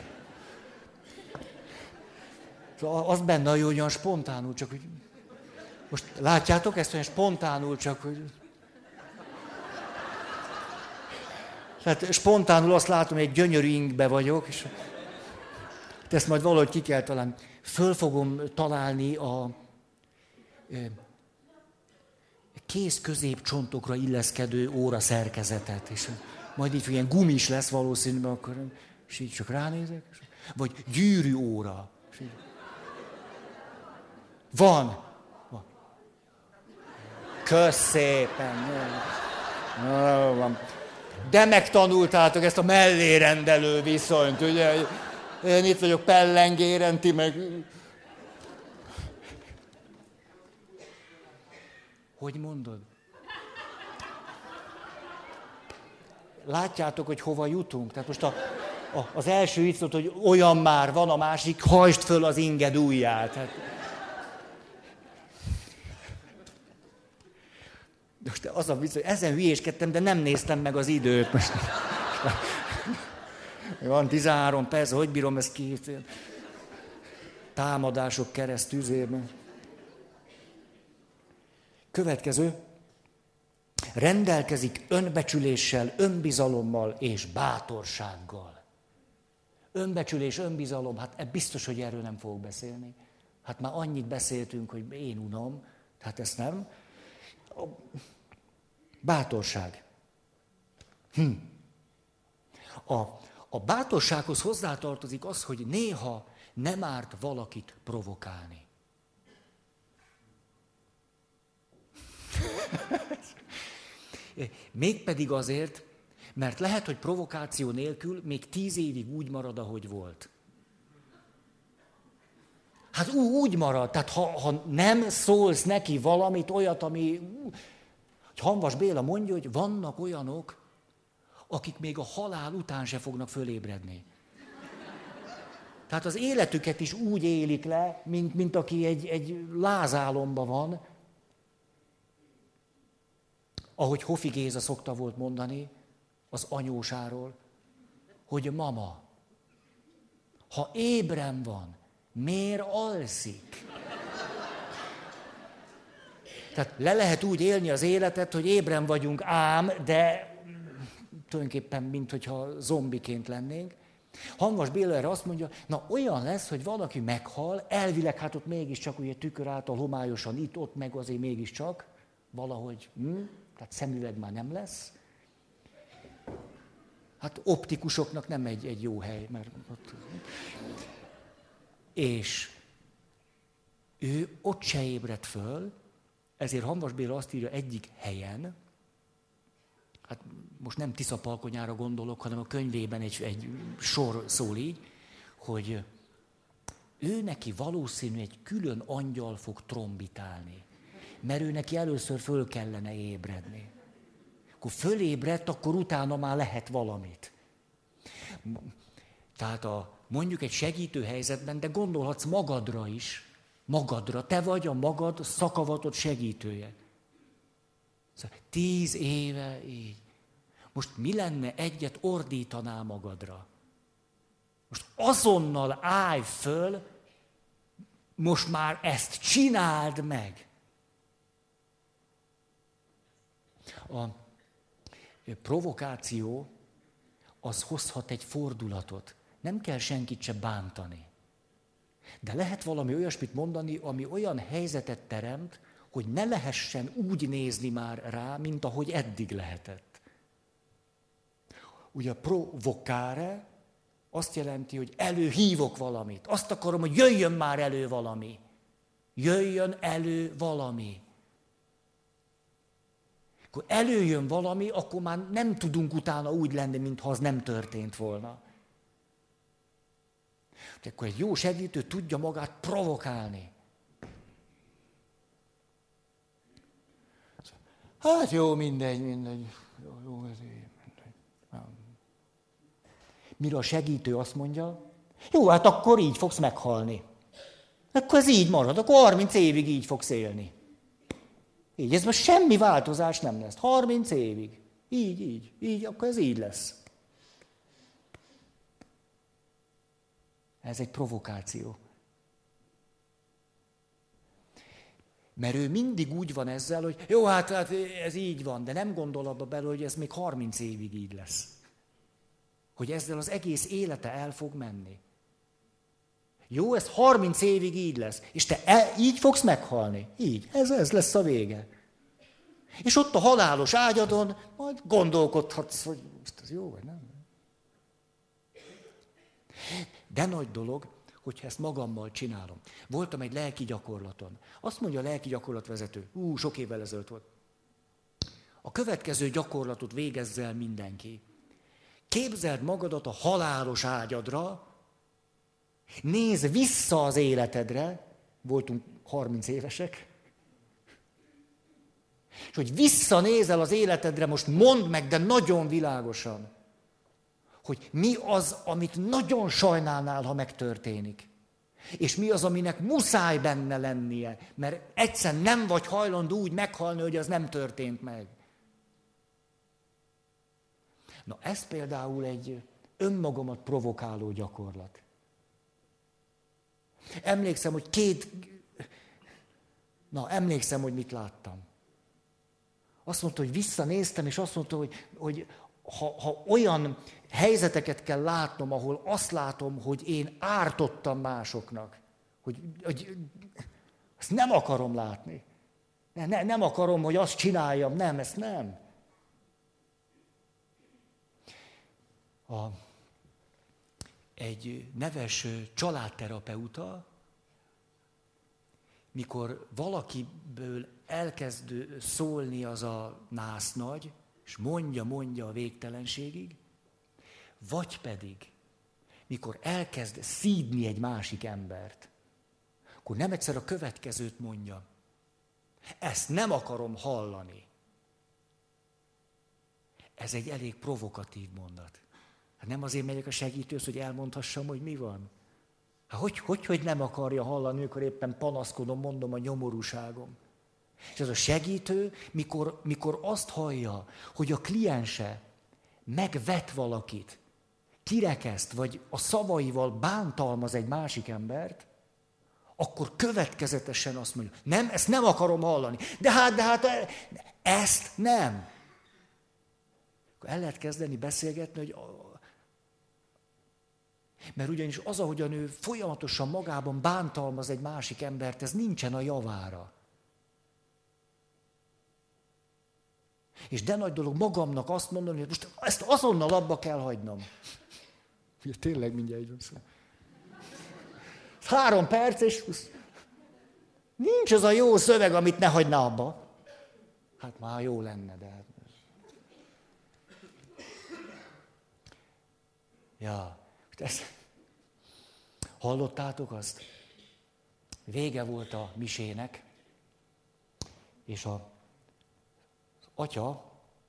Speaker 1: Szóval az benne a jó, hogy olyan spontánul, csak hogy... Most látjátok ezt, olyan spontánul, csak hogy... Tehát spontánul azt látom, hogy egy gyönyörű ingbe vagyok, és ezt majd valahogy ki kell találni. Föl fogom találni a kéz középcsontokra illeszkedő óra szerkezetet, és majd így ilyen gumis lesz valószínűleg, akkor és így csak ránézek. Vagy gyűrű óra. Van. Van. Kösz szépen. No, van. De megtanultátok ezt a mellérendelő viszonyt, ugye? Én itt vagyok pellengéren, ti meg... Hogy mondod? Látjátok, hogy hova jutunk? Tehát most a, a, az első így szólt, hogy olyan már van, a másik, hajtsd föl az inged ujját. Hát... Most az a vicc, hogy ezen hülyéskedtem, de nem néztem meg az időt. Most... Van tizenhárom perc, hogy bírom ezt ki? Támadások keresztüzében. Következő. Rendelkezik önbecsüléssel, önbizalommal és bátorsággal. Önbecsülés, önbizalom, hát biztos, hogy erről nem fogok beszélni.
Speaker 2: Hát már annyit beszéltünk, hogy én unom, tehát ezt nem. A bátorság. Hm. A, a bátorsághoz hozzátartozik az, hogy néha nem árt valakit provokálni. Mégpedig azért, mert lehet, hogy provokáció nélkül még tíz évig úgy marad, ahogy volt. Hát úgy marad, tehát ha, ha nem szólsz neki valamit, olyat, ami... Hamvas Béla mondja, hogy vannak olyanok, akik még a halál után se fognak fölébredni. Tehát az életüket is úgy élik le, mint, mint aki egy, egy lázálomban van. Ahogy Hofi Géza szokta volt mondani az anyósáról, hogy mama, ha ébren van, miért alszik? Tehát le lehet úgy élni az életet, hogy ébren vagyunk ám, de tulajdonképpen, minthogyha zombiként lennénk. Hamvas Béla erre azt mondja, na olyan lesz, hogy valaki meghal, elvileg hát ott mégiscsak ugye tükör által homályosan itt, ott meg azért mégiscsak, valahogy, hm? Tehát szemüveg már nem lesz. Hát optikusoknak nem egy, egy jó hely, mert ott... És ő ott se ébredt föl, ezért Hamvas Béla azt írja egyik helyen, hát most nem Tiszapalkonyára gondolok, hanem a könyvében egy, egy sor szól így, hogy ő neki valószínű egy külön angyal fog trombitálni, mert ő neki először föl kellene ébredni. Akkor fölébredt, akkor utána már lehet valamit. Tehát a, mondjuk egy segítő helyzetben, de gondolhatsz magadra is, magadra, te vagy a magad szakavatott segítője. Szóval tíz éve így. Most mi lenne, egyet ordítanál magadra? Most azonnal állj föl, most már ezt csináld meg. A provokáció az hozhat egy fordulatot. Nem kell senkit se bántani. De lehet valami olyasmit mondani, ami olyan helyzetet teremt, hogy ne lehessen úgy nézni már rá, mint ahogy eddig lehetett. Ugye a provocare azt jelenti, hogy előhívok valamit. Azt akarom, hogy jöjjön már elő valami. Jöjjön elő valami. Akkor előjön valami, akkor már nem tudunk utána úgy lenni, mintha az nem történt volna. Akkor egy jó segítő tudja magát provokálni. Hát jó, mindegy, mindegy. Jó, jó, ez így, mindegy. Mire a segítő azt mondja, jó, hát akkor így fogsz meghalni. Akkor ez így marad, akkor harminc évig így fogsz élni. Így, ez most semmi változás nem lesz. harminc évig. Így, így, így, akkor ez így lesz. Ez egy provokáció. Mert ő mindig úgy van ezzel, hogy jó, hát, hát ez így van, de nem gondol abba bele, hogy ez még harminc évig így lesz. Hogy ezzel az egész élete el fog menni. Jó, ez harminc évig így lesz, és te el, így fogsz meghalni. Így, ez, ez lesz a vége. És ott a halálos ágyadon majd gondolkodhatsz, hogy most ez jó vagy nem. De nagy dolog, hogyha ezt magammal csinálom. Voltam egy lelki gyakorlaton. Azt mondja a lelki gyakorlatvezető, ú, sok évvel ezelőtt volt. A következő gyakorlatot végezz el mindenki. Képzeld magadat a halálos ágyadra, nézz vissza az életedre, voltunk harminc évesek, és hogy visszanézel az életedre, most mondd meg, de nagyon világosan, hogy mi az, amit nagyon sajnálnál, ha megtörténik. És mi az, aminek muszáj benne lennie, mert egyszer nem vagy hajlandó úgy meghalni, hogy az nem történt meg. Na ez például egy önmagamat provokáló gyakorlat. Emlékszem, hogy két... Na, emlékszem, hogy mit láttam. Azt mondta, hogy visszanéztem, és azt mondta, hogy, hogy ha, ha olyan helyzeteket kell látnom, ahol azt látom, hogy én ártottam másoknak, Hogy, hogy ezt nem akarom látni. Ne, ne, nem akarom, hogy azt csináljam. Nem, ezt nem. A, egy neves családterapeuta, mikor valakiből elkezd szólni az a násznagy, és mondja, mondja a végtelenségig, vagy pedig, mikor elkezd szídni egy másik embert, akkor nem egyszer a következőt mondja. Ezt nem akarom hallani. Ez egy elég provokatív mondat. Hát nem azért megyek a segítőhöz, hogy elmondhassam, hogy mi van. Hát hogy, hogy, hogy nem akarja hallani, amikor éppen panaszkodom, mondom a nyomorúságom. És ez a segítő, mikor, mikor azt hallja, hogy a kliense megvet valakit, kirekeszt, vagy a szavaival bántalmaz egy másik embert, akkor következetesen azt mondja, nem, ezt nem akarom hallani. De hát, de hát, ezt nem. Akkor el lehet kezdeni beszélgetni, hogy... Mert ugyanis az, ahogyan ő folyamatosan magában bántalmaz egy másik embert, ez nincsen a javára. És de nagy dolog magamnak azt mondani, hogy most ezt azonnal abba kell hagynom. Ugye tényleg mindjárt így van szó. Három perc, és nincs az a jó szöveg, amit ne hagyná abba. Hát már jó lenne, de hát... Ja, ezt... Hallottátok azt? Vége volt a misének, és a, az atya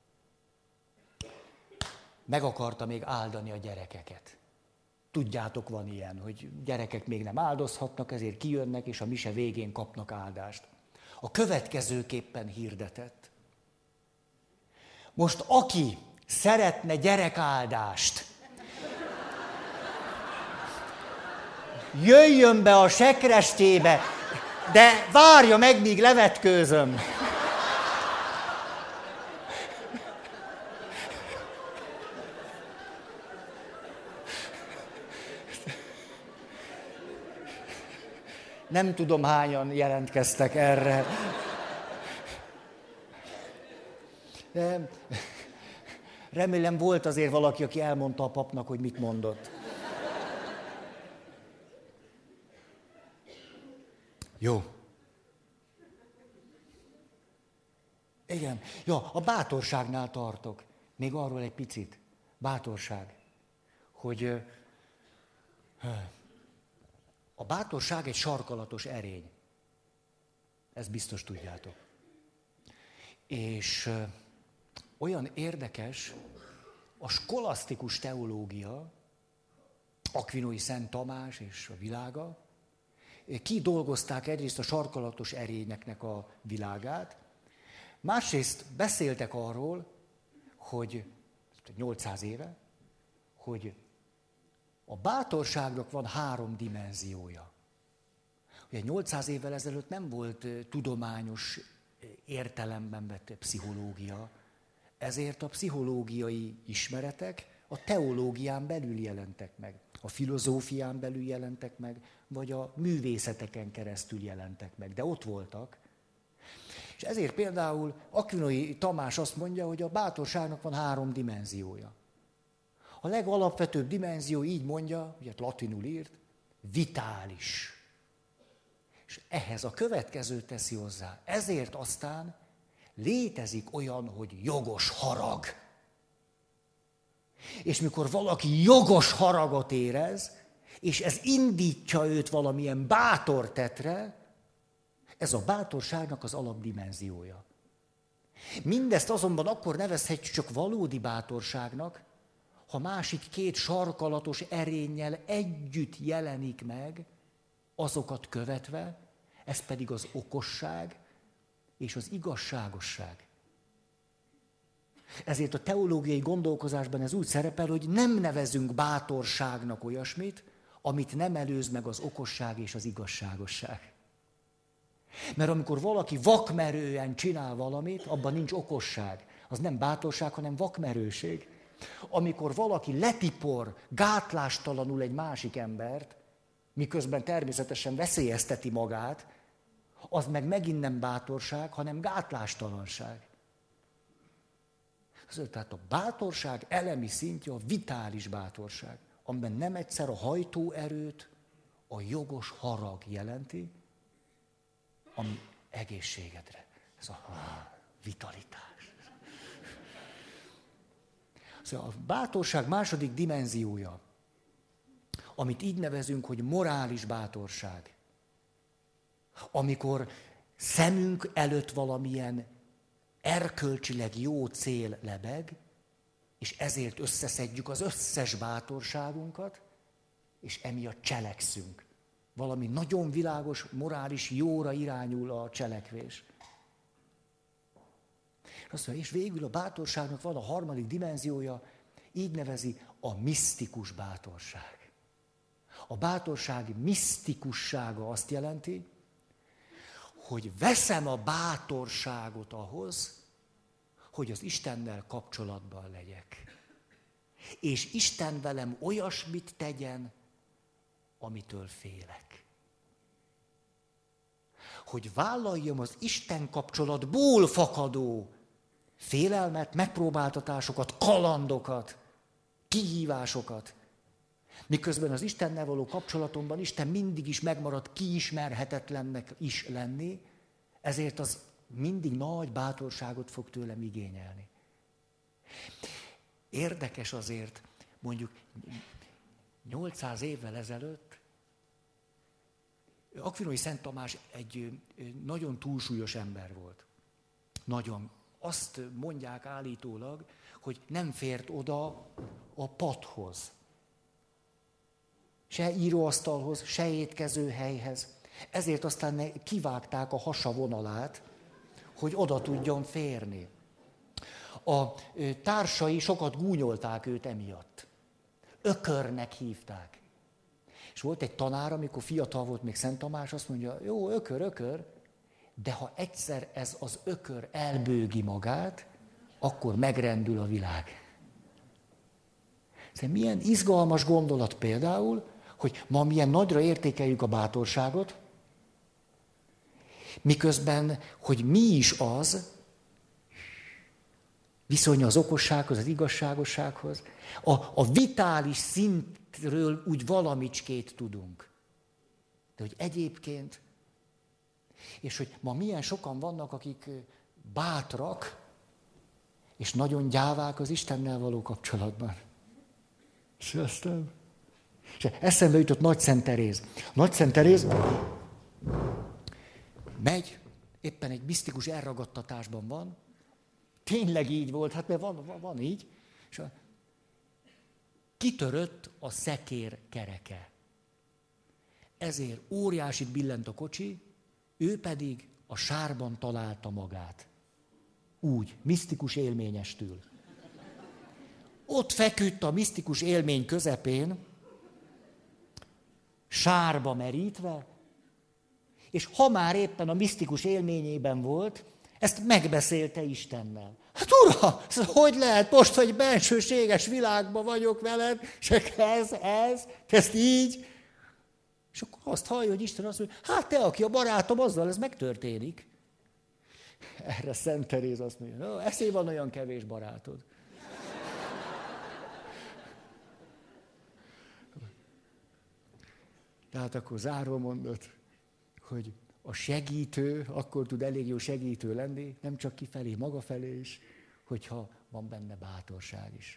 Speaker 2: meg akarta még áldani a gyerekeket. Tudjátok, van ilyen, hogy gyerekek még nem áldozhatnak, ezért kijönnek, és a mise végén kapnak áldást. A következőképpen hirdetett. Most aki szeretne gyerekáldást, jöjjön be a sekrestébe, de várja meg, míg levetkőzöm. Nem tudom, hányan jelentkeztek erre. De remélem volt azért valaki, aki elmondta a papnak, hogy mit mondott. Jó. Igen. Ja, a bátorságnál tartok. Még arról egy picit. Bátorság. Hogy a bátorság egy sarkalatos erény. Ezt biztos tudjátok. És olyan érdekes, a skolasztikus teológia, Akvinói Szent Tamás és a világa, kidolgozták egyrészt a sarkalatos erényeknek a világát, másrészt beszéltek arról, hogy nyolcszáz éve, hogy a bátorságnak van három dimenziója. Ugye nyolcszáz évvel ezelőtt nem volt tudományos értelemben vett pszichológia, ezért a pszichológiai ismeretek a teológián belül jelentek meg, a filozófián belül jelentek meg, vagy a művészeteken keresztül jelentek meg, de ott voltak. És ezért például Akvinói Tamás azt mondja, hogy a bátorságnak van három dimenziója. A legalapvetőbb dimenzió, így mondja, ugye latinul írt, vitális. És ehhez a következőt teszi hozzá. Ezért aztán létezik olyan, hogy jogos harag. És mikor valaki jogos haragot érez, és ez indítja őt valamilyen bátor tettre, ez a bátorságnak az alapdimenziója. Mindezt azonban akkor nevezhetjük csak valódi bátorságnak, ha másik két sarkalatos erénnyel együtt jelenik meg, azokat követve, ez pedig az okosság és az igazságosság. Ezért a teológiai gondolkozásban ez úgy szerepel, hogy nem nevezünk bátorságnak olyasmit, amit nem előz meg az okosság és az igazságosság. Mert amikor valaki vakmerően csinál valamit, abban nincs okosság. Az nem bátorság, hanem vakmerőség. Amikor valaki letipor gátlástalanul egy másik embert, miközben természetesen veszélyezteti magát, az meg megint nem bátorság, hanem gátlástalanság. Tehát a bátorság elemi szintje a vitális bátorság, amiben nem egyszer a hajtóerőt a jogos harag jelenti, ami egészségedre. Ez a vitalitás. Szóval a bátorság második dimenziója, amit így nevezünk, hogy morális bátorság. Amikor szemünk előtt valamilyen erkölcsileg jó cél lebeg, és ezért összeszedjük az összes bátorságunkat, és emiatt cselekszünk. Valami nagyon világos, morális jóra irányul a cselekvés. Azt mondja, és végül a bátorságnak van a harmadik dimenziója, így nevezi a misztikus bátorság. A bátorság misztikussága azt jelenti, hogy veszem a bátorságot ahhoz, hogy az Istennel kapcsolatban legyek. És Isten velem olyasmit tegyen, amitől félek. Hogy vállaljam az Isten kapcsolatból fakadó félelmet, megpróbáltatásokat, kalandokat, kihívásokat. Miközben az Istennel való kapcsolatomban Isten mindig is megmarad kiismerhetetlennek is lenni, ezért az mindig nagy bátorságot fog tőlem igényelni. Érdekes azért, mondjuk nyolcszáz évvel ezelőtt Akvinói Szent Tamás egy nagyon túlsúlyos ember volt. Nagyon. Azt mondják állítólag, hogy nem fért oda a padhoz. Se íróasztalhoz, se étkezőhelyhez. Ezért aztán kivágták a hasa vonalát, hogy oda tudjon férni. A társai sokat gúnyolták őt emiatt. Ökörnek hívták. És volt egy tanár, amikor fiatal volt még Szent Tamás, azt mondja, jó, ökör, ökör, de ha egyszer ez az ökör elbőgi magát, akkor megrendül a világ. Szóval milyen izgalmas gondolat például, hogy ma milyen nagyra értékeljük a bátorságot, miközben, hogy mi is az, viszony az okossághoz, az igazságossághoz, a, a vitális szintről úgy valamicskét tudunk. De hogy egyébként, és hogy ma milyen sokan vannak, akik bátrak, és nagyon gyávák az Istennel való kapcsolatban. És aztán... És eszembe jutott Nagy Szent Teréz. Nagy Szent Teréz megy, éppen egy misztikus elragadtatásban van, tényleg így volt, hát mert van, van, van így, és a, kitörött a szekér kereke. Ezért óriásit billent a kocsi, ő pedig a sárban találta magát. Úgy, misztikus élményestül. Ott feküdt a misztikus élmény közepén, sárba merítve, és ha már éppen a misztikus élményében volt, ezt megbeszélte Istennel. Hát uram, hogy lehet most, hogy bensőséges világban vagyok veled, és ez, ez, ezt így. És akkor azt hallja, hogy Isten azt mondja, hát te, aki a barátom, azzal ez megtörténik. Erre Szent Teréz azt mondja, no, eszély van olyan kevés barátod. Tehát akkor zárva mondott, hogy a segítő akkor tud elég jó segítő lenni, nem csak kifelé, maga felé is, hogyha van benne bátorság is.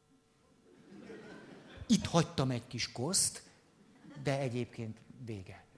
Speaker 2: Itt hagytam egy kis koszt, de egyébként vége.